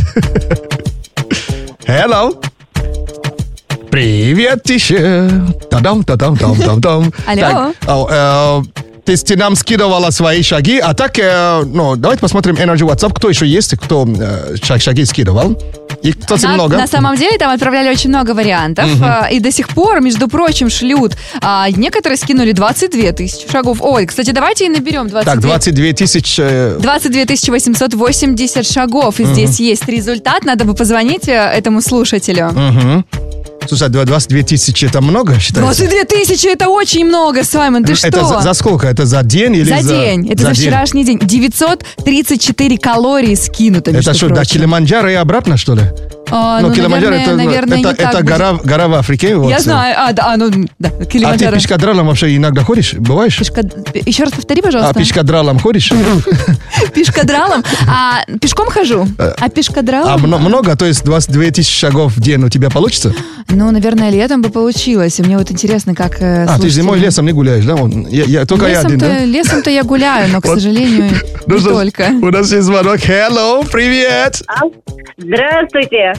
Hello. Привет, еще. Та-дам. Алло. То есть ты нам скидывала свои шаги, а так, давайте посмотрим Energy WhatsApp, кто еще есть, кто шаги скидывал. И, кстати, много. На самом деле там отправляли очень много вариантов. И до сих пор, между прочим, шлют. Некоторые скинули 22 тысячи шагов. Ой, кстати, давайте и наберем 22. Так, 22 тысячи... 22 880 шагов. И здесь есть результат. Надо бы позвонить этому слушателю. Слушай, 22 тысячи это много, считается? 22 тысячи это очень много, Саймон, ты что? Это за сколько? Это за день или за день? Это за вчерашний день. 934 калории скинуто, это что, до Килиманджаро и обратно, что ли? Но Килиманджаро наверное, не так это гора в Африке. Вот. Я знаю. Да, Килиманджаро. А ты пешкадралом вообще иногда ходишь? Бываешь? Еще раз повтори, пожалуйста. А пешкадралом ходишь? Пешкадралом? Пешком хожу. А пешкадралом? Много? То есть 22 тысячи шагов в день у тебя получится? Ну, наверное, летом бы получилось. Мне вот интересно, как ты зимой лесом не гуляешь, да? Только я один, да? Лесом-то я гуляю, но, к сожалению, не только. У нас есть звонок. Hello, привет! Здравствуйте!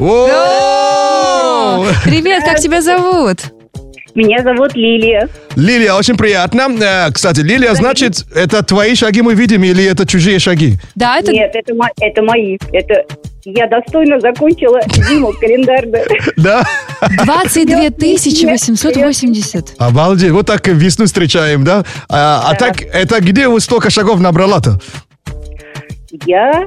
Привет, как тебя зовут? Меня зовут Лилия. Лилия, очень приятно. Кстати, Лилия, значит, это твои шаги мы видим или это чужие шаги? Да, это... Нет, это мои. Это я достойно закончила зиму календарную. Да? 22 880. Обалдеть, вот так весну встречаем, да? А так, это где вы столько шагов набрала-то? Я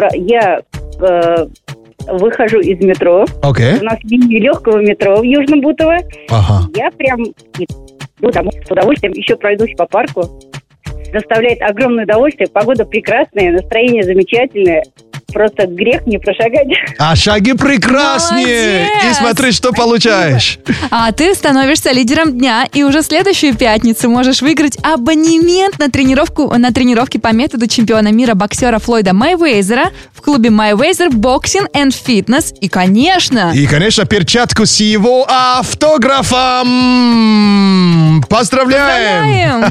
выхожу из метро. Okay. У нас линия легкого метро в Южном Бутово. Ага. Я прям иду домой с удовольствием, еще пройдусь по парку. Доставляет огромное удовольствие. Погода прекрасная, настроение замечательное. Просто грех не прошагать. А шаги прекраснее. Молодец! И смотри, что получаешь. А ты становишься лидером дня, и уже в следующую пятницу можешь выиграть абонемент на тренировки по методу чемпиона мира боксера Флойда Мэйвезера в клубе Мэйвезер Boxing and Fitness. И, конечно, перчатку с его автографом. Поздравляем!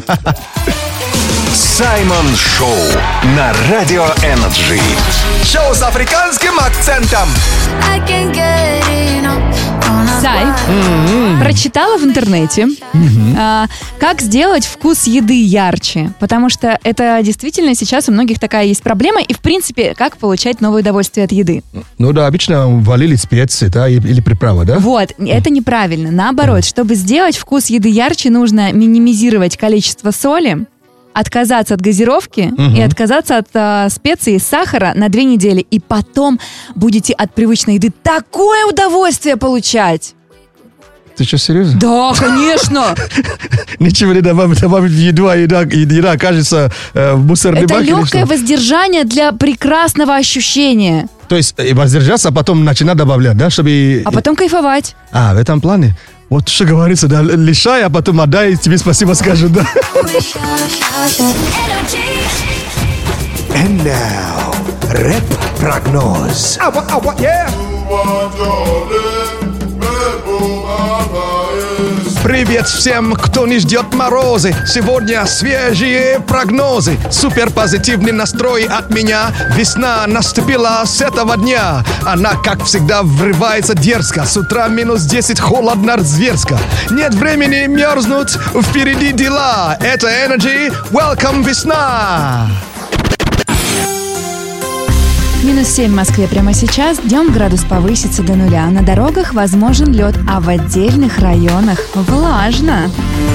Саймон Шоу на Радио Энерджи. Шоу с африканским акцентом. Зай, прочитала в интернете, как сделать вкус еды ярче, потому что это действительно сейчас у многих такая есть проблема, и в принципе, как получать новое удовольствие от еды. Ну да, обычно валили специи, да, или приправы, да? Вот, это неправильно. Наоборот, чтобы сделать вкус еды ярче, нужно минимизировать количество соли, отказаться от газировки и отказаться от специй и сахара на 2 недели. И потом будете от привычной еды такое удовольствие получать. Ты что, серьезно? Да, конечно. Ничего не добавить в еду, а еда окажется в мусорной баке. Это легкое воздержание для прекрасного ощущения. То есть воздержаться, а потом начинать добавлять, да, чтобы... А потом кайфовать. В этом плане. Вот что говорится, да, лишай, а потом отдай, тебе спасибо скажут, да. And now, рэп-прогноз. Привет всем, кто не ждет морозы. Сегодня свежие прогнозы. Супер позитивный настрой от меня. Весна наступила с этого дня. Она, как всегда, врывается дерзко. С утра -10, холодно зверско. Нет времени мерзнуть, впереди дела. Это Energy. Welcome, весна! -7 в Москве прямо сейчас. Днем градус повысится до 0. На дорогах возможен лед, а в отдельных районах влажно.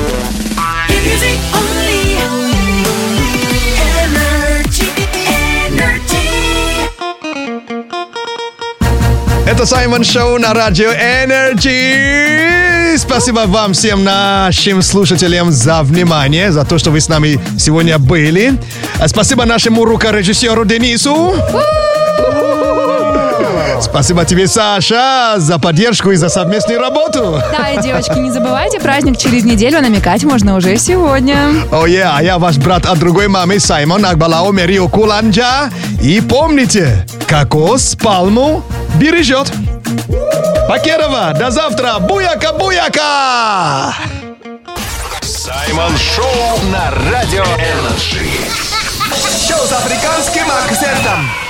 Это Саймон Шоу на Радио Энерджи. Спасибо вам всем нашим слушателям за внимание, за то, что вы с нами сегодня были. Спасибо нашему рукорежиссеру Денису. Спасибо тебе, Саша, за поддержку и за совместную работу. Да, и, девочки, не забывайте, праздник через неделю, намекать можно уже сегодня. А я ваш брат от другой мамы, Саймон Акбалао Мерио Куланджа. И помните, кокос пальму бережет. Покерова, до завтра. Буяка-буяка! Саймон Шоу на Радио Энерджи. Шоу с африканским акцентом.